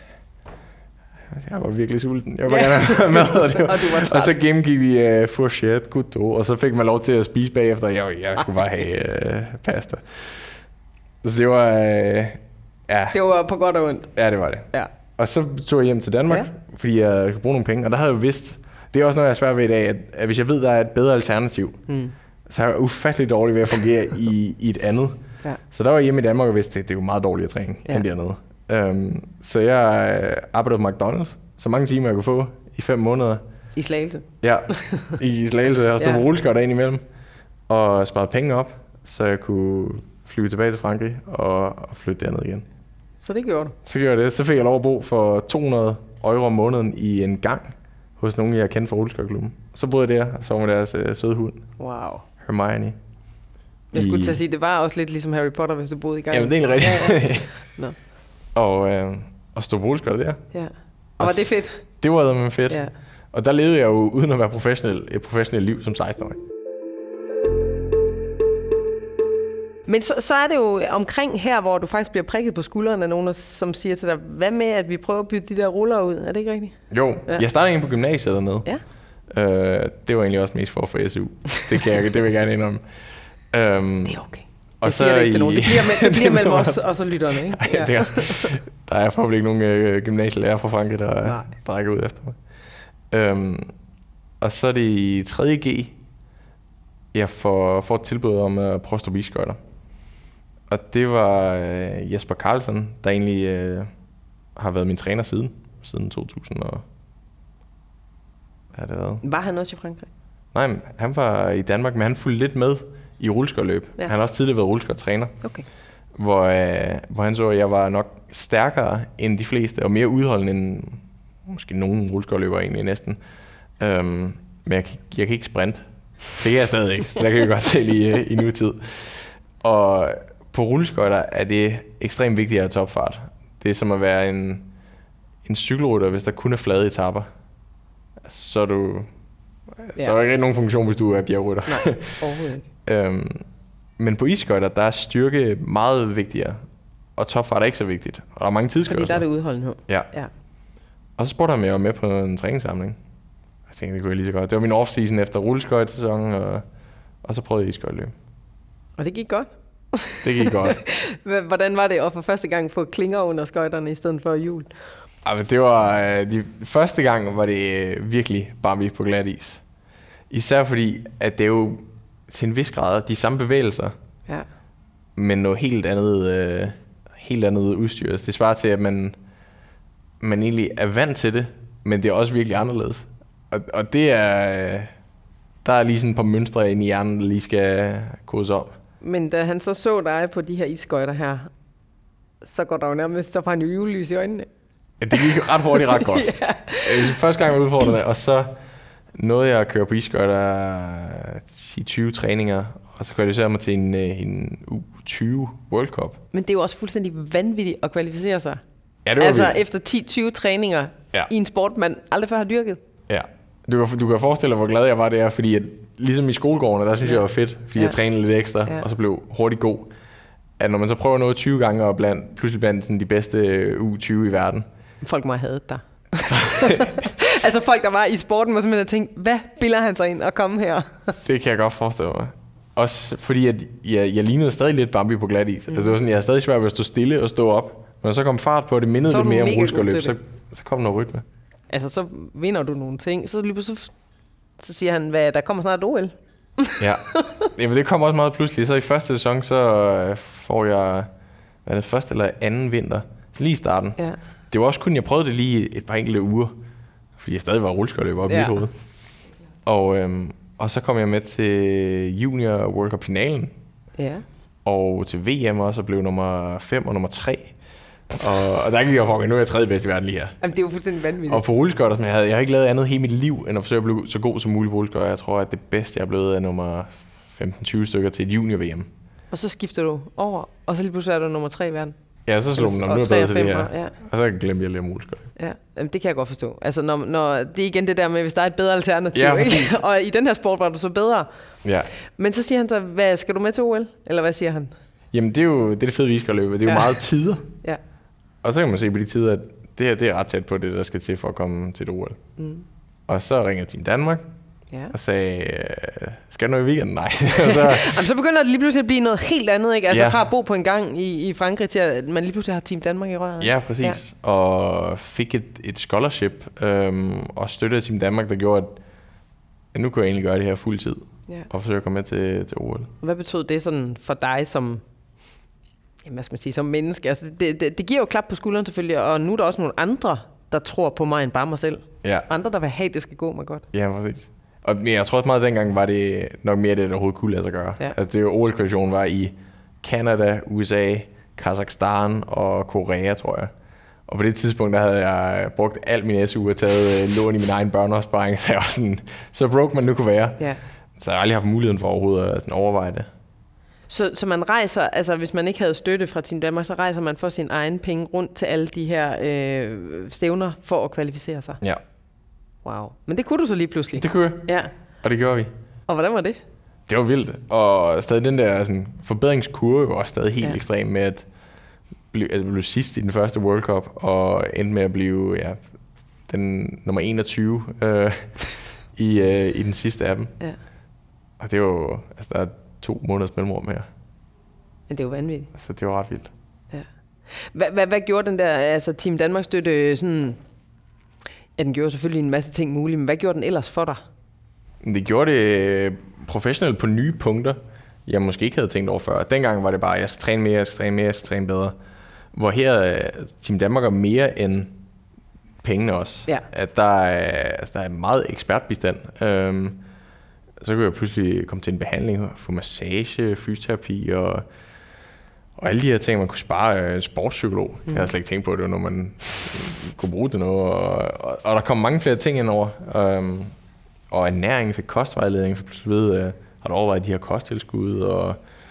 Jeg var virkelig sulten. Jeg var gerne have mad, og, det var, og, du var træt. Og så gennemgik vi uh, fourchette, couteau, og så fik man lov til at spise bagefter. Jeg, jeg skulle bare have uh, pasta. Så det var... Uh, ja. Det var på godt og ondt. Ja, det var det. Ja. Og så tog jeg hjem til Danmark, ja. fordi jeg skulle bruge nogle penge, og der havde jeg vidst... Det er også noget, jeg er svært ved i dag, at, at hvis jeg ved, der er et bedre alternativ, hmm. så er jeg ufattelig dårlig ved at fungere i, i et andet. Ja. Så der var jeg hjemme i Danmark og vidste, at det er jo meget dårligt at træne ja. end dernede. Um, så jeg øh, arbejdede på McDonald's, så mange timer jeg kunne få i fem måneder. I Slagelse? Ja, i Slagelse. Og stod ja. på rulleskøjter ind imellem. Og sparede penge op, så jeg kunne flyve tilbage til Frankrig og, og flytte derned igen. Så det gjorde du? Så gjorde jeg det. Så fik jeg lov at bo for to hundrede euro om måneden i en gang hos nogen, jeg kendte fra rulleskøjteklubben. Så boede jeg der og sov med deres øh, søde hund. Wow. Hermione. Jeg skulle til at sige, det var også lidt ligesom Harry Potter, hvis du boede i gang. Jamen, det er egentlig rigtigt. Ja, ja. No. Og, øh, og stå på rulleskøjter der. Ja. Og var det fedt? Det var det fedt. Ja. Og der levede jeg jo uden at være professionel, et professionelt liv som seksten-årig. Men så, så er det jo omkring her, hvor du faktisk bliver prikket på skulderen af nogen, som siger til dig, hvad med, at vi prøver at bytte de der ruller ud? Er det ikke rigtigt? Jo, ja. Jeg startede egentlig på gymnasiet dernede. Ja. Øh, det var egentlig også mest for at få S U. Det, kan jeg, det vil jeg gerne indrømme. Um, det er okay. Og jeg så siger det ikke til nogen. Det bliver, med, det bliver mellem os og så lytterne, ikke? Ja. Ej, er, der er forhåbentlig ikke nogen øh, gymnasielærer fra Frankrig, der Nej. drækker ud efter mig. Um, og så er det i tredje G, jeg får, får et tilbud om at prøve at stå biskøjter. Og det var øh, Jesper Karlsson, der egentlig øh, har været min træner siden, siden to tusind og... Hvad har det været? Var han også i Frankrig? Nej, han var i Danmark, men han fulgte lidt med i rulleskøjteløb. Ja. Han har også tidligere været rulleskøjtetræner. Okay. Hvor, øh, hvor han så, at jeg var nok stærkere end de fleste, og mere udholdende end måske nogen rulleskøjteløbere egentlig næsten. Um, men jeg, jeg kan ikke sprinte. Det kan jeg stadig ikke. Der kan vi godt se i, i nutid. Og på rulleskøjter er det ekstremt vigtigt at have topfart. Det er som at være en, en cykelrytter, hvis der kun er flade etaper. Så er du... Ja. Så er der ikke nogen funktion, hvis du er bjergrytter. Nej, overhovedet ikke. um, men på isskøjter, der er styrke meget vigtigere, og topfart er ikke så vigtigt. Og der er mange tidskørsler. Fordi der er det udholdenhed. Ja. ja. Og så spurgte han mig, jeg var med på en træningssamling. Jeg tænkte, det kunne jeg lige så godt. Det var min off-season efter rulleskøjtesæsonen, og, og så prøvede jeg isskøjteløb. Og det gik godt? Det gik godt. Hvordan var det at for første gang få klinger under skøjterne i stedet for hjul? Ja, det var de første gang var det virkelig Bambi på glat is. Især fordi, at det er jo til en vis grad de samme bevægelser, ja. men noget helt andet, øh, helt andet udstyr. Det svarer til, at man, man egentlig er vant til det, men det er også virkelig anderledes. Og, og det er, der er lige sådan et par mønstre inde i hjernen, der lige skal kodes op. Men da han så så dig på de her isskøjter her, så går der jo nærmest, så får han jo julelys i øjnene. Ja, det gik ret hurtigt, ret godt. Ja. Første gang jeg var udfordrende, og så nåede jeg at køre på isskøjter i tyve træninger, og så kvalificerede jeg mig til en, en U tyve World Cup. Men det er jo også fuldstændig vanvittigt at kvalificere sig. Ja, det var altså vildt. efter ti til tyve træninger ja. i en sport, man aldrig før har dyrket. Ja. Du kan, du kan forestille dig, hvor glad jeg var der, fordi at, ligesom i skolegårdene, der synes ja. jeg var fedt, fordi ja. jeg trænede lidt ekstra, ja. og så blev hurtigt god. At når man så prøver noget tyve gange, og blandt, pludselig blandt sådan de bedste U tyve i verden. Folk må have hadet dig. Altså folk, der var i sporten, må simpelthen have tænkt, hvad bilder han sig ind at komme her? Det kan jeg godt forestille mig. Også fordi, at jeg, jeg lignede stadig lidt Bambi på glat is. Mm. Altså det var sådan, jeg havde stadig svært ved at stå stille og stå op. Men så kom fart på, det mindede lidt mere om rulleskøjteløb, så, så kom noget rytme. Altså så vinder du nogle ting, så lige så, så siger han, hvad, der kommer snart O L. Ja, Jamen, det kom også meget pludselig. Så i første sæson, så får jeg, hvad er det, første eller anden vinter, lige i starten. Ja. Det var også kun, jeg prøvede det lige et par enkelte uger, fordi jeg stadig var rulleskøjteløber oppe i mit hoved. Og, øhm, og så kom jeg med til Junior World Cup finalen. Ja. Og til V M også, og blev nummer fem og nummer tre. Og, og der gik jeg for, at nu er jeg tredje bedste i verden lige her. Jamen, det er jo fuldstændig vanvittigt. Og på rulleskøjter, jeg havde jeg har ikke lavet andet hele mit liv, end at forsøge at blive så god som muligt på rulleskøjter. Jeg tror, at det bedste, jeg er blevet, er nummer femten tyve stykker til et junior V M. Og så skifter du over, og så lige pludselig er du nummer tre i verden. Ja, så slog man, nu er jeg bedre til det her. Ja. Og så glemte jeg lidt om rulleskøjter. Ja, jamen, det kan jeg godt forstå. Altså, når, når, det er igen det der med, hvis der er et bedre alternativ, ja, ikke? Og i den her sport var du så bedre. Ja. Men så siger han så, hvad, skal du med til O L? Eller hvad siger han? Jamen, det er jo det, er det fede, vi skal løbe. Det er jo ja. meget tider. Ja. Og så kan man se på de tider, at det her det er ret tæt på det, der skal til for at komme til et O L. Mm. Og så ringede Team Danmark ja. og sagde, skal du noget i weekenden? Nej. så, Jamen, så begynder det lige pludselig at blive noget helt andet, ikke? Altså ja. fra at bo på en gang i, i Frankrig til, at man lige pludselig har Team Danmark i røret. Ja, præcis. Ja. Og fik et, et scholarship øhm, og støttede Team Danmark, der gjorde, at, at nu kunne jeg egentlig gøre det her fuld tid. Ja. Og forsøge at komme med til, til O L. Hvad betød det sådan for dig som... hvad skal man sige, som menneske. Altså, det, det, det giver jo klap på skulderen selvfølgelig, og nu er der også nogle andre, der tror på mig end bare mig selv. Ja. Andre, der vil have, det skal gå mig godt. Ja, præcis. Og jeg tror også meget, at dengang var det nok mere det, der overhovedet kunne lade sig gøre. Ja. Altså, det jo O L-kvalifikationen var i Canada, U S A, Kazakhstan og Korea, tror jeg. Og på det tidspunkt, der havde jeg brugt alt min S U og taget lån i min egen børneopsparing, så jeg var sådan, så broke man nu kunne være. Ja. Så jeg har aldrig haft muligheden for overhovedet at overveje det. Så, så man rejser, altså hvis man ikke havde støtte fra Team Danmark, så rejser man for sin egen penge rundt til alle de her øh, stævner for at kvalificere sig? Ja. Wow. Men det kunne du så lige pludselig? Det kunne jeg. Ja. Og det gjorde vi. Og hvordan var det? Det var vildt. Og stadig den der sådan, forbedringskurve var stadig helt ja. ekstrem med at blive, altså, blive sidst i den første World Cup, og endte med at blive ja, den nummer enogtyve øh, i, øh, i den sidste af dem. Ja. Og det var jo, altså der er to måneders mellemrum her. Men det er jo vanvittigt. Så det var ret vildt. Ja. Hvad, hvad, hvad gjorde den der, altså Team Danmark støtte sådan, ja, den gjorde selvfølgelig en masse ting muligt, men hvad gjorde den ellers for dig? Det gjorde det professionelt på nye punkter, jeg måske ikke havde tænkt over før. Dengang var det bare, jeg skal træne mere, jeg skal træne mere, jeg skal træne bedre. Hvor her, Team Danmark er mere end pengene også. Ja. At der er, altså, der er meget ekspertbistand. Um, så kunne jeg pludselig komme til en behandling, få massage, fysioterapi og, og alle de her ting, man kunne spare. Sportspsykolog, mm. jeg havde slet ikke tænkt på det, når man kunne bruge det noget. Og, og, og der kom mange flere ting ind over. Um, og ernæring, fik kostvejledning, for pludselig ved, uh, har du overvejet de her kosttilskud, og,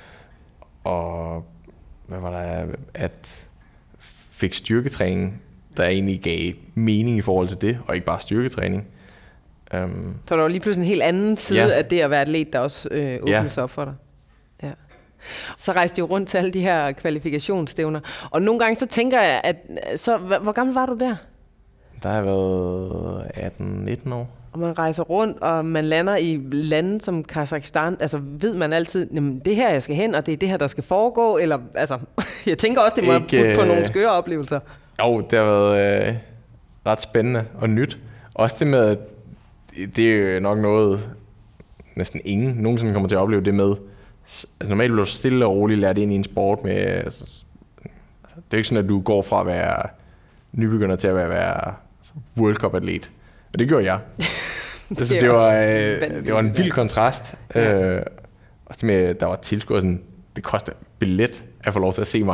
og hvad var der, at fik styrketræning, der egentlig gav mening i forhold til det, og ikke bare styrketræning. Um, så der var lige pludselig en helt anden side ja. af det at være atlet, der også øh, åbnede ja. sig op for dig. Ja. Så rejste du rundt til alle de her kvalifikationsstævner. Og nogle gange så tænker jeg, at så, hvor gammel var du der? Der har jeg været atten nitten år. Og man rejser rundt, og man lander i lande som Kazakhstan. Altså ved man altid, jamen, det her jeg skal hen, og det er det her, der skal foregå? Eller, altså, jeg tænker også, det må have budt på nogle skøre oplevelser. Jo, det har været øh, ret spændende og nyt. Også det med, at det er jo nok noget, næsten ingen nogensinde kommer til at opleve det med. Altså, normalt bliver du stille og roligt lært ind i en sport med... Altså, det er jo ikke sådan, at du går fra at være nybegynder til at være, være World Cup-atlet. Og det gjorde jeg. det, altså, det, var, øh, det var en vild kontrast. Ja. Øh, også med, der var tilskuere sådan, det koster billet at få lov til at se mig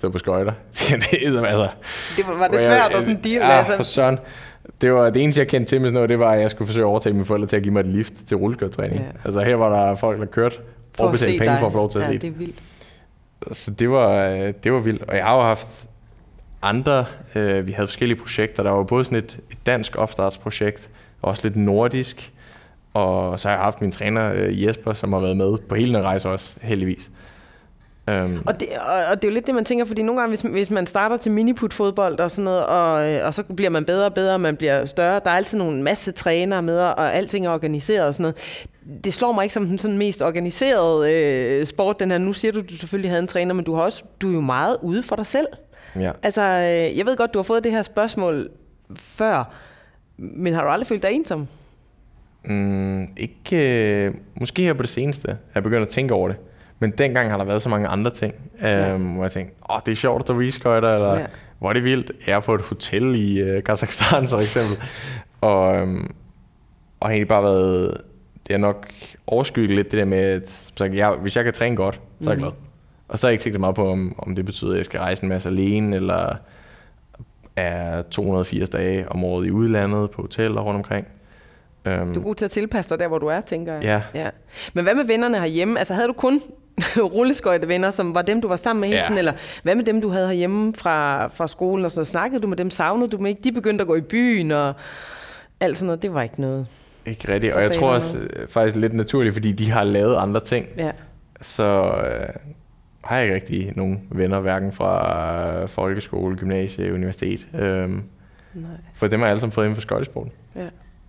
stå på skøjter. det, altså, det var, var det svært at sådan deal med? Ja, for søren. Det var det eneste, jeg kendte til med sådan noget, det var, at jeg skulle forsøge at overtale mine forældre til at give mig et lift til rulleskøjtetræning. Ja. Altså her var der folk, der kørte og betalte penge dig. for at få lov til at ja, se det. er vildt. Så det var, det var vildt. Og jeg har jo haft andre, øh, vi havde forskellige projekter. Der var både sådan et, et dansk opstartsprojekt, og også lidt nordisk. Og så har jeg haft min træner øh, Jesper, som har været med på hele den rejse også, heldigvis. Um. Og, det, og, og det er jo lidt det, man tænker, fordi nogle gange, hvis, hvis man starter til miniput-fodbold og sådan noget, og, og så bliver man bedre og bedre, man bliver større, der er altid nogle masse trænere med, og alting er organiseret og sådan noget. Det slår mig ikke som den sådan mest organiserede øh, sport, den her. Nu siger du, at du selvfølgelig havde en træner, men du, har også, du er jo meget ude for dig selv. Ja. Altså, øh, jeg ved godt, du har fået det her spørgsmål før, men har du aldrig følt dig ensom? Mm, ikke, øh, måske her på det seneste, jeg er begyndt at tænke over det. Men dengang har der været så mange andre ting, ja. øhm, hvor jeg tænkte, åh, det er sjovt at stå racerskøjter, eller ja. hvor er det vildt. Jeg er på et hotel i øh, Kazakhstan, for eksempel. og, øhm, og har egentlig bare været, det har nok overskygget lidt det der med, at sagt, jeg, hvis jeg kan træne godt, så er jeg glad. Mm. Og så har jeg ikke tænkt så meget på, om, om det betyder, at jeg skal rejse en masse alene, eller er to hundrede og firs dage om året i udlandet, på hoteller rundt omkring. Du er god til at tilpasse dig der, hvor du er, tænker jeg. Ja. ja. Men hvad med vennerne herhjemme? Altså havde du kun rulleskøjtevenner, som var dem, du var sammen med hele tiden? Ja. Eller hvad med dem, du havde herhjemme fra, fra skolen? Og sådan noget? Snakkede du med dem? Savnede du dem ikke? De begyndte at gå i byen og alt sådan noget. Det var ikke noget. Ikke rigtigt. Og jeg tror også noget. faktisk lidt naturligt, fordi de har lavet andre ting. Ja. Så øh, har jeg ikke rigtig nogen venner, hverken fra øh, folkeskole, gymnasie, universitet. Øhm, Nej. For dem har jeg alle sammen fået inden for skøjtesporten. Ja.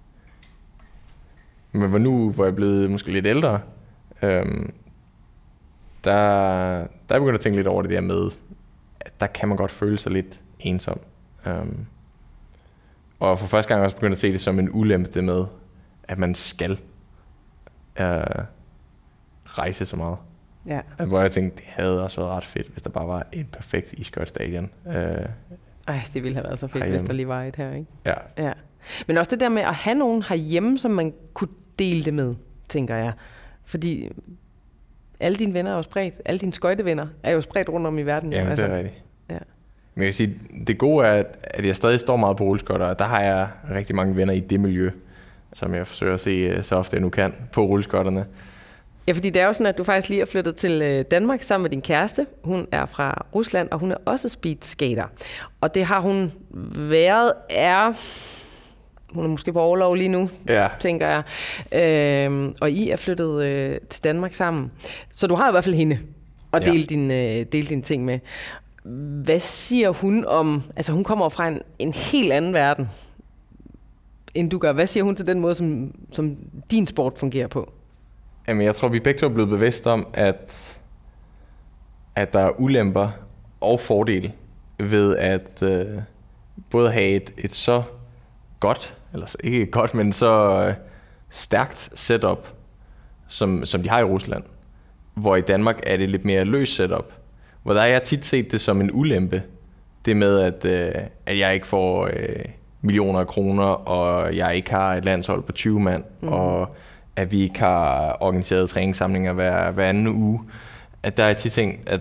Men hvor nu, hvor jeg er blevet måske lidt ældre, øhm, der, der er jeg begyndt at tænke lidt over det der med, at der kan man godt føle sig lidt ensom. Øhm, og for første gang har jeg også begyndt at se det som en ulempe det med, at man skal øh, rejse så meget. Ja. Hvor jeg tænkte, det havde også været ret fedt, hvis der bare var et perfekt isskøjtestadion. Øh, Ej, det ville have været så fedt, herhjemme. hvis der lige var et her, ikke? Ja. ja. Men også det der med at have nogen herhjemme, som man kunne dele det med, tænker jeg. Fordi alle dine venner er jo spredt, alle dine skøjtevenner er jo spredt rundt om i verden. Ja, altså. det er rigtigt. Ja. Men jeg kan sige, det gode er, at jeg stadig står meget på rulleskøjter, og der har jeg rigtig mange venner i det miljø, som jeg forsøger at se så ofte jeg nu kan på rulleskøjterne. Ja, fordi det er jo sådan, at du faktisk lige er flyttet til Danmark sammen med din kæreste. Hun er fra Rusland, og hun er også speedskater. Og det har hun været, er... Hun er måske på overlov lige nu, ja. tænker jeg. Øhm, og I er flyttet øh, til Danmark sammen. Så du har i hvert fald hende at dele, ja. din, øh, dele dine ting med. Hvad siger hun om... Altså, hun kommer fra en, en helt anden verden, end du gør. Hvad siger hun til den måde, som, som din sport fungerer på? Jamen, jeg tror, vi begge to er blevet bevidst om, at, at der er ulemper og fordele ved at øh, både have et, et så godt, eller ikke godt, men så øh, stærkt setup, som, som de har i Rusland. Hvor i Danmark er det lidt mere løs setup. Hvor der har jeg tit set det som en ulempe. Det med, at, øh, at jeg ikke får øh, millioner af kroner, og jeg ikke har et landshold på tyve mand, mm. og at vi ikke har organiseret træningssamlinger hver, hver anden uge. At der er tit ting, at,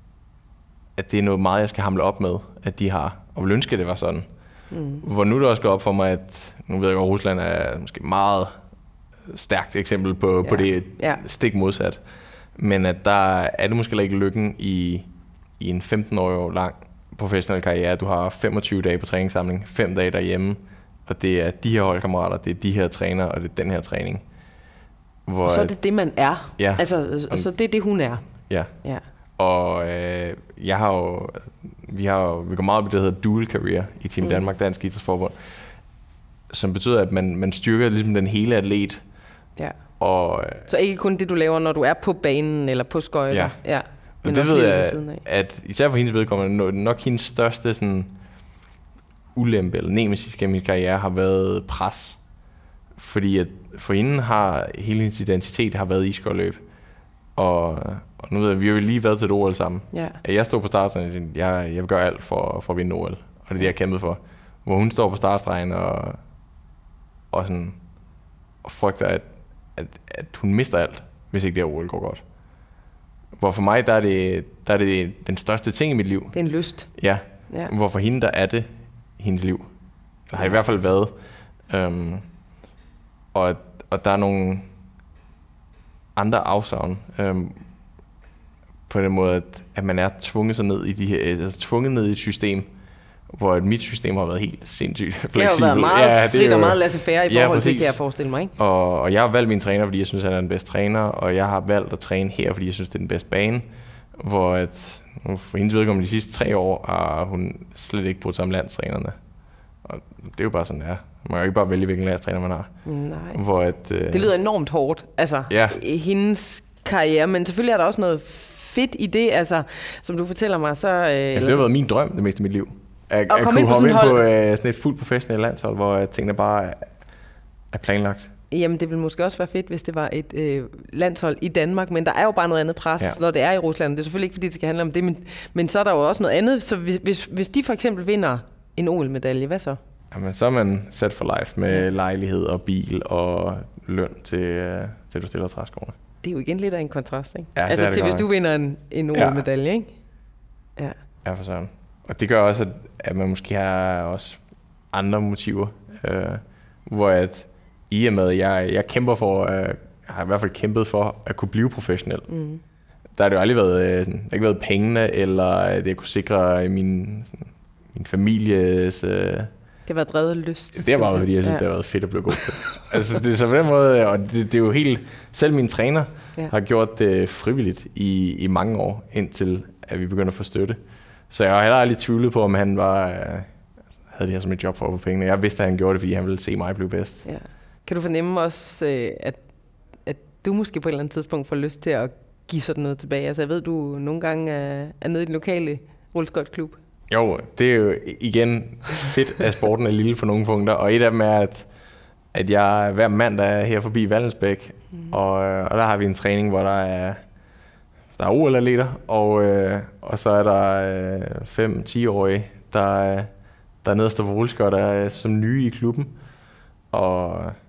at det er noget meget, jeg skal hamle op med, at de har. Og vil ønske, det var sådan. Mm. Hvor nu det også går op for mig, at nu ved jeg godt, at Rusland er måske meget stærkt eksempel på, ja. på det ja. stik modsat. Men at der er det måske ikke lykken i, i en femten-årig lang professionel karriere. Du har femogtyve dage på træningssamling, fem dage derhjemme, og det er de her holdkammerater, det er de her trænere, og det er den her træning. Hvor og så er det det, man er. Ja. Altså, og så det er det, hun er. Ja. ja. Og øh, jeg har jo, vi har jo, vi går meget op i det, der hedder dual career i Team mm. Danmark, Dansk Idrætsforbund, som betyder, at man, man styrker ligesom den hele atlet. Ja. Og, øh, så ikke kun det, du laver, når du er på banen eller på skøjter. Ja. ja. Men det ved jeg, at især for hendes vedkommende, nok hendes største sådan, ulempe eller nemesis gennem min karriere har været pres. Fordi at for hende har hele hendes identitet har været isskøjteløb. Og, og nu ved jeg, vi har jo lige været til et O L sammen. Ja. Jeg står på startstregen, jeg, jeg vil gøre alt for, for at vinde O L. Og det er det, jeg har kæmpet for. Hvor hun står på startstregen og, og, sådan, og frygter, at, at, at hun mister alt, hvis ikke det her O L går godt. Hvor for mig, der er, det, der er det den største ting i mit liv. Det er en lyst. Ja, ja. Hvor for hende, der er det hendes liv. Det har i hvert fald været. Øhm, og, og der er nogle andre afsavn. Øhm, på den måde, at, at man er tvunget sig ned i de her, altså tvunget ned i et system, hvor mit system har været helt sindssygt fleksibelt. Det har jo været meget ja, frit og meget laissez-faire i forhold ja, til, kan jeg forestille mig, ikke? Og, og jeg har valgt min træner, fordi jeg synes, han er den bedste træner, og jeg har valgt at træne her, fordi jeg synes, det er den bedste bane, hvor at, for hendes vedkommende de sidste tre år har hun slet ikke brugt sammen landstrænerne. Og det er jo bare sådan, det er. Man kan jo ikke bare vælge, hvilken landstræner man har. Nej. Hvor at, øh, det lyder enormt hårdt, altså, ja. i hendes karriere, men selvfølgelig er der også noget fedt i det, altså, som du fortæller mig, så... Øh, ja, det har været min drøm det meste af mit liv. At, at komme kunne ind på hoppe sådan ind på hold. øh, sådan et fuldt professionelt landshold, hvor tingene bare er, er planlagt. Jamen, det ville måske også være fedt, hvis det var et øh, landshold i Danmark, men der er jo bare noget andet pres, ja. Når det er i Rusland. Det er selvfølgelig ikke, fordi det skal handle om det, men, men så er der jo også noget andet. Så hvis, hvis, hvis de for eksempel vinder en O L-medalje, hvad så? Jamen, så er man set for life med lejlighed og bil og løn til, øh, til du stiller træskoene. Det er jo igen lidt af en kontrast, ikke? Ja, altså det til det hvis du vinder en, en O L-medalje, ikke? Ja. Ja, for sådan. Og det gør også, at, at man måske har også andre motiver, øh, hvor at i og med, at jeg, jeg kæmper for, øh, jeg har i hvert fald kæmpet for at kunne blive professionel. Mm. Der har det jo aldrig været, øh, ikke været pengene, eller at jeg kunne sikre min, min families... Øh, det har været drevet lyst. Det har bare været, fordi jeg synes, ja. Det har været fedt at blive god til. Altså, det er så på den måde, og det, det er jo helt... Selv min træner ja. Har gjort det frivilligt i, i mange år, indtil at vi begynder at få støtte. Så jeg har heller aldrig tvivlet på, om han var, øh, havde det her som et job for at få pengene. Jeg vidste, at han gjorde det, fordi han ville se mig blive bedst. Ja. Kan du fornemme også, øh, at, at du måske på et eller andet tidspunkt får lyst til at give sådan noget tilbage? Altså jeg ved, du nogle gange er, er nede i den lokale rulleskøjtklub. Jo, det er jo igen fedt, at sporten er lille på nogle punkter. Og et af dem er, at, at jeg hver mandag er her forbi Vallensbæk. Mm. Og, og der har vi en træning, hvor der er... Der er O L-atleter, og, øh, og så er der fem-ti-årige, der, der er nede og står på rulleskøjter som nye i klubben. Og,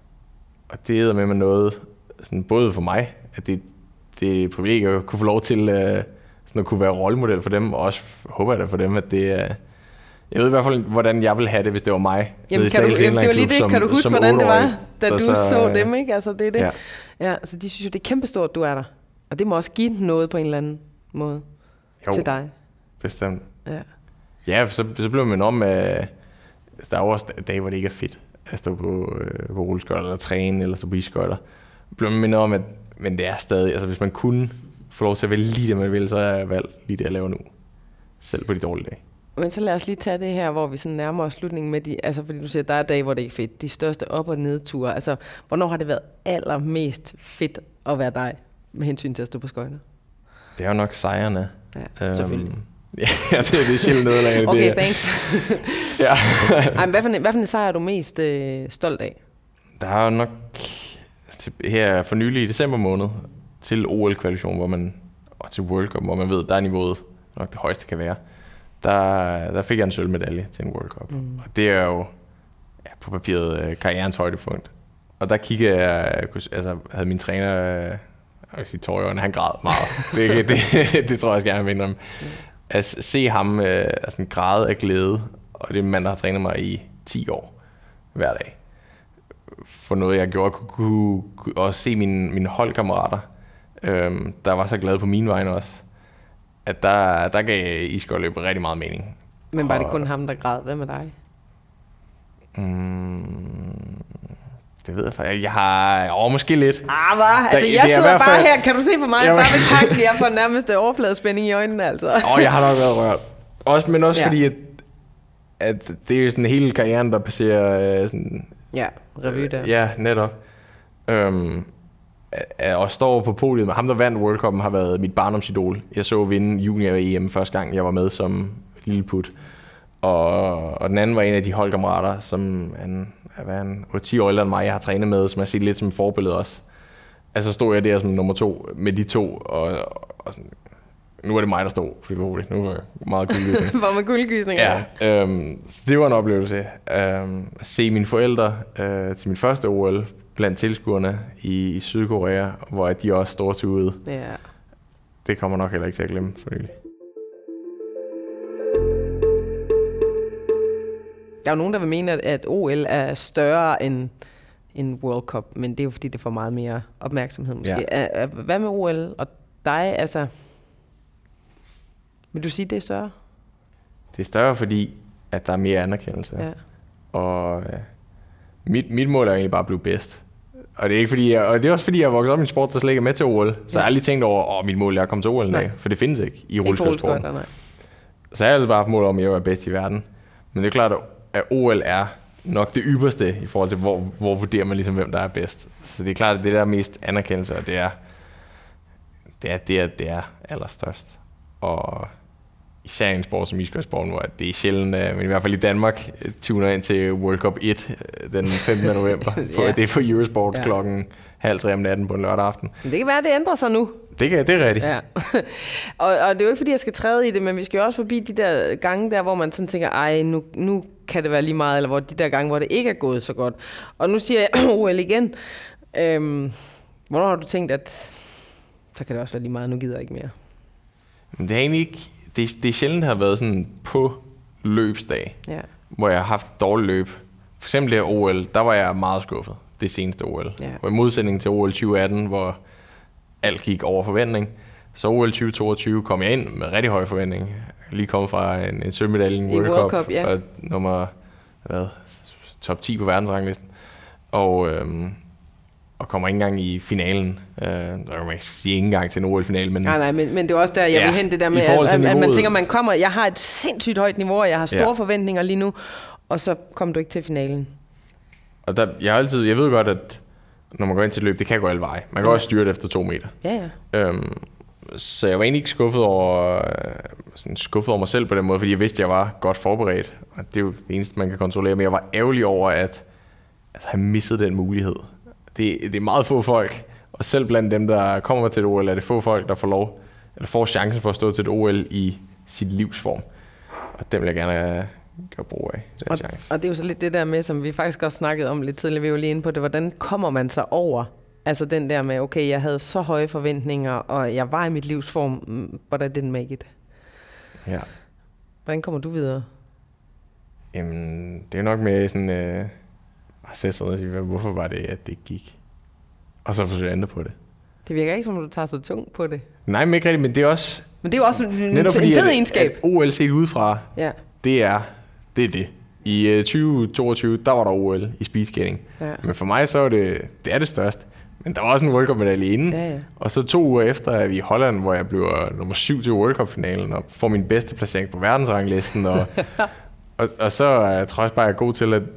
og det er med mig noget, sådan, både for mig, at det, det er privilegium at kunne få lov til øh, sådan at kunne være rollemodel for dem, og også håber jeg da for dem, at det er... Jeg ved i hvert fald, hvordan jeg ville have det, hvis det var mig. Jamen, kan, du, jamen det var lige det. Som, kan du huske, hvordan det var, da du så, så dem, ikke? Altså, det er det. Ja. Ja, så de synes jo, det er kæmpestort, du er der. Og det må også give noget på en eller anden måde jo, til dig. Bestemt. Ja, ja så, så blev man om, at der er også dage, hvor det ikke er fedt at stå på, øh, på rulleskøjter, eller træne, eller stå på isskøjter. Blev man mindet om, at men det er stadig, altså hvis man kunne få lov til at vælge lige det, man vil, så er jeg valgt lige det, jeg laver nu. Selv på de dårlige dage. Men så lad os lige tage det her, hvor vi sådan nærmer os slutningen med de, altså fordi du siger, at der er dage, hvor det ikke er fedt. De største op- og nedture. Altså, hvornår har det været allermest fedt at være dig, med hensyn til at stå på skøjter? Det er jo nok sejrene. Ja, selvfølgelig. Um, ja, det er, det er sjældent nederlag. Okay, det er, thanks. ja. Ej, hvad, for en, hvad for en sejr er du mest øh, stolt af? Der er jo nok her for nylig i december måned til O L-kvalifikation, hvor man, og til World Cup, hvor man ved, der er niveauet nok det højeste kan være. Der, der fik jeg en sølvmedalje til en World Cup. Mm. Og det er jo ja, på papiret øh, karrierens højdepunkt. Og der kiggede jeg, altså havde min træner, jeg vil sige Torjørn, han græd meget. det, det, det, det tror jeg, jeg gerne vil om. At se ham øh, altså en græde af glæde, og det er en mand, der har trænet mig i ti år hver dag. For noget, jeg gjorde, kunne, kunne, kunne også se mine, mine holdkammerater, øhm, der var så glade på mine vegne også, at der, der gav isskøjteløb rigtig meget mening. Men var og, det kun ham, der græd? Hvad med dig? Mm, det ved jeg faktisk. Jeg har over måske lidt. Ah, hvad? Altså, jeg sidder bare her. Kan du se på mig? Jamen. Bare med tanken, jeg får nærmest overfladespænding i øjnene, altså. Åh, oh, jeg har nok været rørt. Også, men også ja. Fordi, at, at det er jo sådan hele karrieren, der passerer øh, sådan... Ja, revy der. Øh, ja, netop. Øhm, og står på podiet. Ham, der vandt World Cup'en, har været mit barndomsidol. Jeg så vinde junior-E M første gang, jeg var med som lille put. Og, og den anden var en af de holdkammerater, som han, hvad han var ti år ældre end mig, jeg har trænet med, som jeg har set lidt som forbillede også. Altså stod jeg der som nummer to med de to, og, og sådan, nu er det mig, der stod, for det var roligt. Nu var jeg meget kuldegysning. Var med kuldegysning, ja. Øhm, så det var en oplevelse. Øhm, at se mine forældre øh, til min første O L blandt tilskuerne i, i Sydkorea, hvor de også stortugede. Ja. det kommer nok heller ikke til at glemme for nylig. Der er jo nogen, der vil mene, at O L er større end, end World Cup, men det er jo fordi, det får meget mere opmærksomhed måske. Ja. Hvad med O L og dig? Altså, vil du sige, det er større? Det er større, fordi at der er mere anerkendelse. Ja. Og ja, mit, mit mål er egentlig bare at blive bedst. Og det er ikke fordi, jeg, og det er også fordi, jeg vokset op i en sport, der slet ikke er med til O L. Så ja. jeg har aldrig tænkt over, åh, mit mål er at komme til O L en dag. For det findes ikke i rulleskøjtesporten. Så jeg har altid bare haft mål om, at jeg var bedst i verden. Men det er klart, at O L er nok det ypperste i forhold til, hvor, hvor vurderer man ligesom, hvem der er bedst. Så det er klart, at det der er mest anerkendelse, og det er, det er, det er, det er allerstørst. Og især en sport som isskøjtesporten, hvor det er sjældent, men i hvert fald i Danmark, tuner ind til World Cup et den femtende november. På, ja. Det er på Eurosport ja. klokken halv tre om natten på en lørdag aften. Men det kan være, at det ændrer sig nu. Det, kan, det er rigtigt. Ja. og, og det er jo ikke, fordi jeg skal træde i det, men vi skal jo også forbi de der gange der, hvor man sådan tænker, ej, nu, nu kan det være lige meget, eller hvor de der gange, hvor det ikke er gået så godt. Og nu siger jeg O L igen. Øhm, hvornår har du tænkt, at så kan det også være lige meget, nu gider jeg ikke mere? Men det er egentlig ikke... Det, det er sjældent har været sådan på løbsdag, ja. hvor jeg har haft et dårligt løb. For eksempel her O L, der var jeg meget skuffet, det seneste O L. Ja. Og i modsætning til O L tyve atten, hvor alt gik over forventning, så O L tyve toogtyve kom jeg ind med rigtig høj forventning. Jeg lige kommet fra en, en sølvmedalje i World, World Cup, Cup ja. og nummer hvad, top ti på verdensranglisten. Og... Øhm, og kommer ikke engang i finalen. Øh, jeg kan ikke sige ikke engang til en O L-finale. Men nej, nej, men, men det er også der, jeg ja, vil hente det der med, at, at, at man tænker, man kommer, jeg har et sindssygt højt niveau, og jeg har store ja. forventninger lige nu, og så kommer du ikke til finalen. Og der, jeg har altid, jeg ved godt, at når man går ind til et løb, det kan gå alle veje. Man kan ja. også styre det efter to meter. Ja, ja. Øhm, så jeg var egentlig ikke skuffet over, sådan skuffet over mig selv på den måde, fordi jeg vidste, at jeg var godt forberedt. Og det er jo det eneste, man kan kontrollere. Men jeg var ærgerlig over, at, at have misset den mulighed. Det, det er meget få folk, og selv blandt dem, der kommer til et O L, er det få folk, der får lov, eller får chancen for at stå til et O L i sit livsform. Og dem vil jeg gerne gøre brug af, den og, chance. Og det er jo så lidt det der med, som vi faktisk også snakkede om lidt tidligere, vi var lige inde på det, hvordan kommer man sig over? Altså den der med, okay, jeg havde så høje forventninger, og jeg var i mit livsform, but I didn't make it. Ja. Hvordan kommer du videre? Jamen, det er nok med sådan... Øh at sætte sig ned og sige, hvorfor var det, at det gik? Og så forsøge at ændre på det. Det virker ikke, som du tager så tungt på det. Nej, men ikke rigtigt, men det er også... Men det er jo også en, en fordi, fed at, egenskab. At O L set udefra, ja. det er det. Er det. I uh, tyve toogtyve, der var der O L i speedskating. Ja. Men for mig så er det, det er det største. Men der var også en World Cup-medalje inden. Ja, ja. Og så to uger efter er vi i Holland, hvor jeg bliver nummer syv til World Cup-finalen, og får min bedste placering på verdensranglisten. Og, og, og så jeg tror jeg bare, jeg er god til at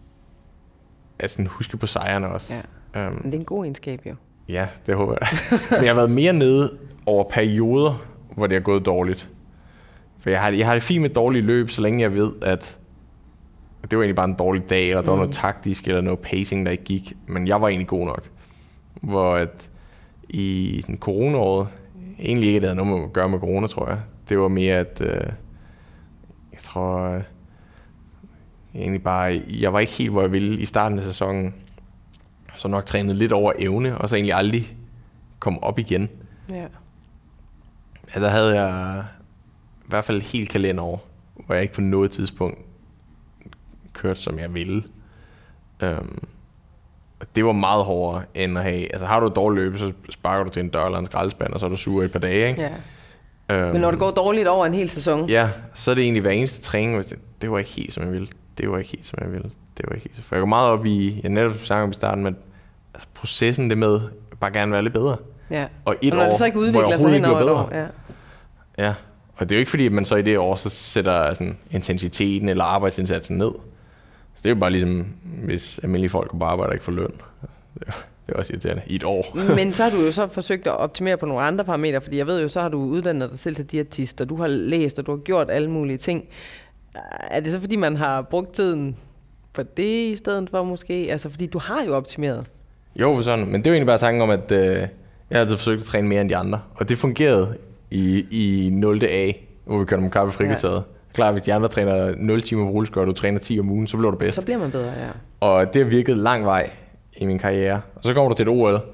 at sådan huske på sejrene også. Ja. Um, Men det er en god egenskab jo. Ja, det håber jeg. Men jeg har været mere nede over perioder, hvor det er gået dårligt. For jeg har, jeg har det fint med dårlige løb, så længe jeg ved, at det var egentlig bare en dårlig dag, eller der mm. var noget taktisk, eller noget pacing, der ikke gik. Men jeg var egentlig god nok. Hvor at i den corona-året, egentlig ikke, det havde noget at gøre med corona, tror jeg. Det var mere, at øh, jeg tror... Egentlig bare, jeg var ikke helt, hvor jeg ville i starten af sæsonen. Så nok trænet lidt over evne, og så egentlig aldrig kom op igen. Ja. Ja, der havde jeg i hvert fald et helt kalenderår, hvor jeg ikke på noget tidspunkt kørte, som jeg ville. Um, og det var meget hårdere end at have... Altså har du et dårligt løb, så sparker du til en dør eller en skraldespand, og så er du sur i et par dage, ikke? Ja. Um, Men når det går dårligt over en hel sæson? Ja, så er det egentlig hver eneste træning, det var ikke helt, som jeg ville. Det var ikke helt, som jeg ville. Det var ikke helt. For jeg går meget op i, jeg netop sagde om i starten, men altså, processen det med, bare gerne være lidt bedre. Ja. Og et og når år, det så ikke udvikler sig hen over et år. Ja. Ja, og det er jo ikke fordi, at man så i det år, så sætter sådan, intensiteten eller arbejdsindsatsen ned. Så det er jo bare ligesom, hvis almindelige folk på arbejde ikke får løn. Det er, det er også irriterende i et år. Men så har du jo så forsøgt at optimere på nogle andre parametre, fordi jeg ved jo, så har du uddannet dig selv til diætist, og du har læst, og du har gjort alle mulige ting. Er det så fordi, man har brugt tiden på det i stedet for måske? Altså fordi du har jo optimeret. Jo, for sådan. Men det er jo egentlig bare tanken om, at øh, jeg har altid forsøgt at træne mere end de andre. Og det fungerede i, i nul A, hvor vi kørte med kaffe frikvarteret. Ja. Klar, hvis de andre træner nul timer på rulleskøjter, og du træner ti om ugen, så bliver du bedst. Så bliver man bedre, ja. Og det har virket lang vej i min karriere. Og så kommer du til et O L,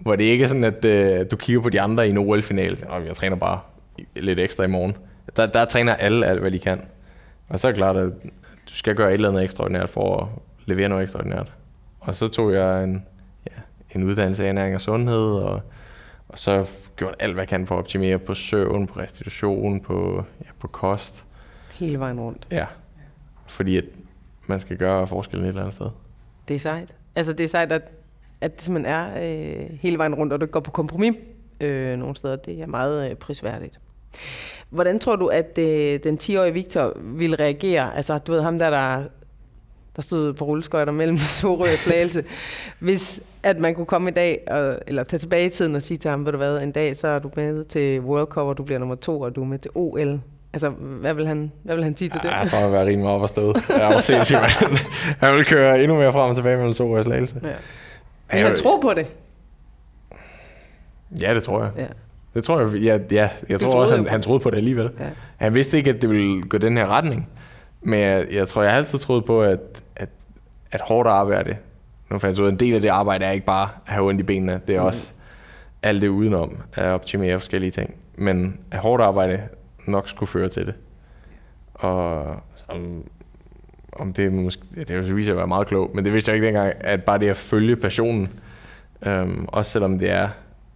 hvor det ikke er sådan, at øh, du kigger på de andre i en O L-finale. Og jeg træner bare lidt ekstra i morgen. Der, der træner alle alt, hvad de kan. Og så er det klart, at du skal gøre et eller andet ekstraordinært for at levere noget ekstraordinært. Og så tog jeg en, ja, en uddannelse af ernæring og sundhed, og, og så gjort alt, hvad jeg kan for at optimere på søvn, på restitution, på, ja, på kost. Hele vejen rundt. Ja, fordi at man skal gøre forskellen et eller andet sted. Det er sejt. Altså det er sejt, at, at det simpelthen er øh, hele vejen rundt, og du går på kompromis øh, nogle steder. Det er meget øh, prisværdigt. Hvordan tror du, at øh, den ti-årige Victor ville reagere? Altså, du ved ham der, der, der stod på rulleskøjter mellem Sorø og Slagelse. Hvis at man kunne komme i dag, og, eller tage tilbage i tiden og sige til ham, ved du hvad, en dag så er du med til World Cup, og du bliver nummer to, og du er med til O L. Altså, hvad vil han, hvad vil han sige til det? Ja, jeg tror, jeg vil være rimelig op og stået. Jeg er sindssygt, man. Han vil køre endnu mere frem og tilbage mellem Sorø og Slagelse. Ja. Men han tror på det? Ja, det tror jeg. Ja. Det tror jeg, ja, ja, jeg tror også, han, han troede på det alligevel. Ja. Han vidste ikke, at det ville gå den her retning. Men jeg, jeg tror, jeg har altid troet på, at, at, at hårdt arbejde, nu fandt jeg ud af, en del af det arbejde er ikke bare at have ondt i benene, det er mm. også alt det udenom at optimere forskellige ting. Men at hårdt arbejde nok skulle føre til det. Og om, om det måske, ja, det viser sig at være meget klogt, men det vidste jeg ikke dengang, at bare det at følge passionen, øhm, også selvom det er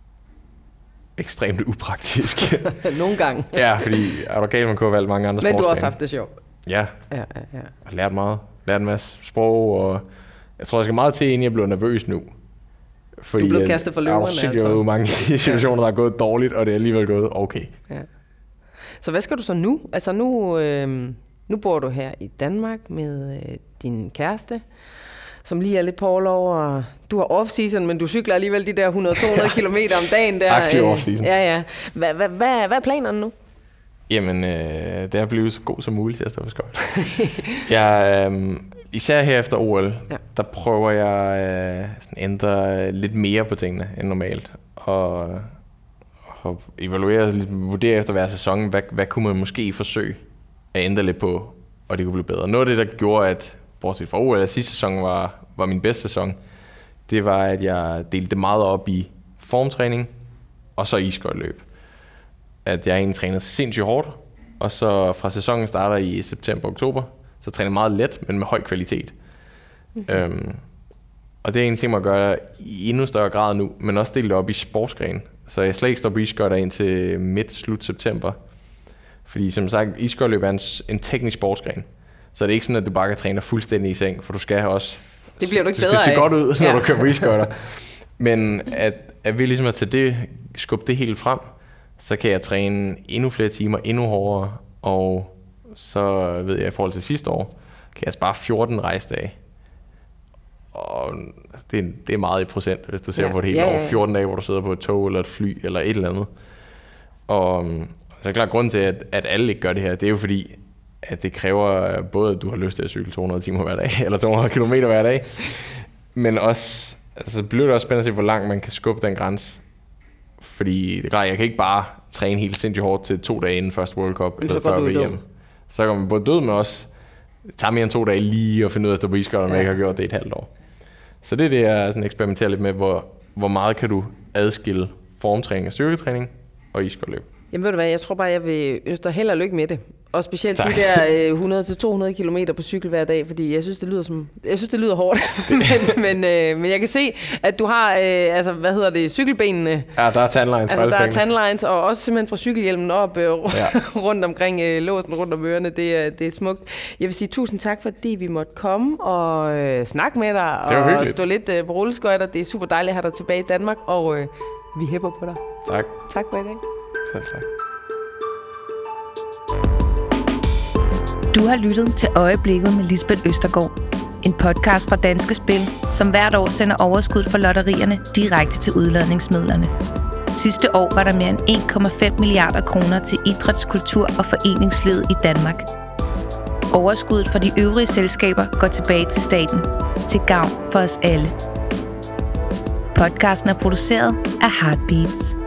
ekstremt upraktisk. Nogle gange. Ja, fordi er du galt, man kunne have valgt mange andre sportsgrene. Men du har også haft det sjovt. Ja. Ja, ja, ja. Jeg har lært meget. Lært en masse sprog, og jeg tror, jeg skal meget til, inden jeg blev nervøs nu. Fordi du blev kastet for løverne, altså. Der er jo mange situationer, der er gået dårligt, og det er alligevel gået okay. Ja. Så hvad skal du så nu? Altså nu, øh, nu bor du her i Danmark med øh, din kæreste, som lige er lidt på overlov, og du har off-season, men du cykler alligevel de der hundrede til to hundrede kilometer om dagen. Der, Aktiv off-season. Ja, ja. Hvad, hvad, hvad, hvad er planerne nu? Jamen, øh, det er at blive så god som muligt til at stå for skøjt. jeg, øh, især her efter O L, ja. der prøver jeg øh, sådan ændre lidt mere på tingene end normalt. Og, og evaluere, vurdere efter hver sæson, hvad, hvad kunne man måske forsøge at ændre lidt på, og det kunne blive bedre. Noget af det, der gjorde, at bortset fra O L, sidste sæson var, var min bedste sæson, det var, at jeg delte det meget op i formtræning og så isskøjteløb. At jeg egentlig træner sindssygt hårdt, og så fra sæsonen starter i september-oktober, så træner jeg meget let, men med høj kvalitet. Mm-hmm. Øhm, og det er en ting, man gør i endnu større grad nu, men også delt op i sportsgren. Så jeg slet ikke står på isskøjter indtil midt-slut september. Fordi som sagt, isskøjteløb er en, en teknisk sportsgren. Så det er ikke sådan, at du bare kan træne fuldstændig i seng, for du skal også... Det bliver du ikke du bedre af. Du skal se godt ud, når ja. du kører på isskøjter. Men at, at vi ligesom at tage det, skubbe det helt frem, så kan jeg træne endnu flere timer, endnu hårdere, og så ved jeg, i forhold til sidste år, kan jeg spare fjorten rejsedage. Og det er, det er meget i procent, hvis du ser ja. på det hele ja, år. Ja, ja. fjorten dage, hvor du sidder på et tog eller et fly eller et eller andet. Og så er klart, grunden til, at, at alle ikke gør det her, det er jo fordi, at det kræver både, at du har lyst til at cykle to hundrede timer hver dag, eller to hundrede kilometer hver dag, men også, altså bliver det også spændende at se, hvor langt man kan skubbe den grænse. Fordi det er klart, jeg kan ikke bare træne helt sindssygt hårdt til to dage inden første World Cup, eller før V M. Så kan man både død med os. Det tager mere end to dage lige at finde ud af at stå på isskøjter, når jeg ikke har gjort det et halvt år. Så det er det, jeg sådan eksperimenterer lidt med, hvor, hvor meget kan du adskille formtræning og styrketræning og isskøjteløb. Jamen ved du hvad, jeg tror bare, jeg vil ønske dig held og lykke med det. Og specielt tak. De der øh, hundrede til to hundrede kilometer på cykel hver dag, fordi jeg synes, det lyder som, jeg synes, det lyder hårdt. men, men, øh, men jeg kan se, at du har, øh, altså, hvad hedder det, cykelbenene. Ja, der er tandlines. Altså, der er tandlines, og også simpelthen fra cykelhjelmen op øh, ja. rundt omkring øh, låsen, rundt om ørerne. Det er, det er smukt. Jeg vil sige tusind tak, fordi vi måtte komme og øh, snakke med dig. Og stå lidt øh, på rulleskøjter. Det er super dejligt at have dig tilbage i Danmark, og øh, vi hæpper på dig. Tak. Tak for i dag. Selv tak. Du har lyttet til Øjeblikket med Lisbeth Østergaard. En podcast fra Danske Spil, som hvert år sender overskud fra lotterierne direkte til udlodningsmidlerne. Sidste år var der mere end en komma fem milliarder kroner til idræts-, kultur- og foreningslivet i Danmark. Overskuddet fra de øvrige selskaber går tilbage til staten, til gavn for os alle. Podcasten er produceret af Heartbeats.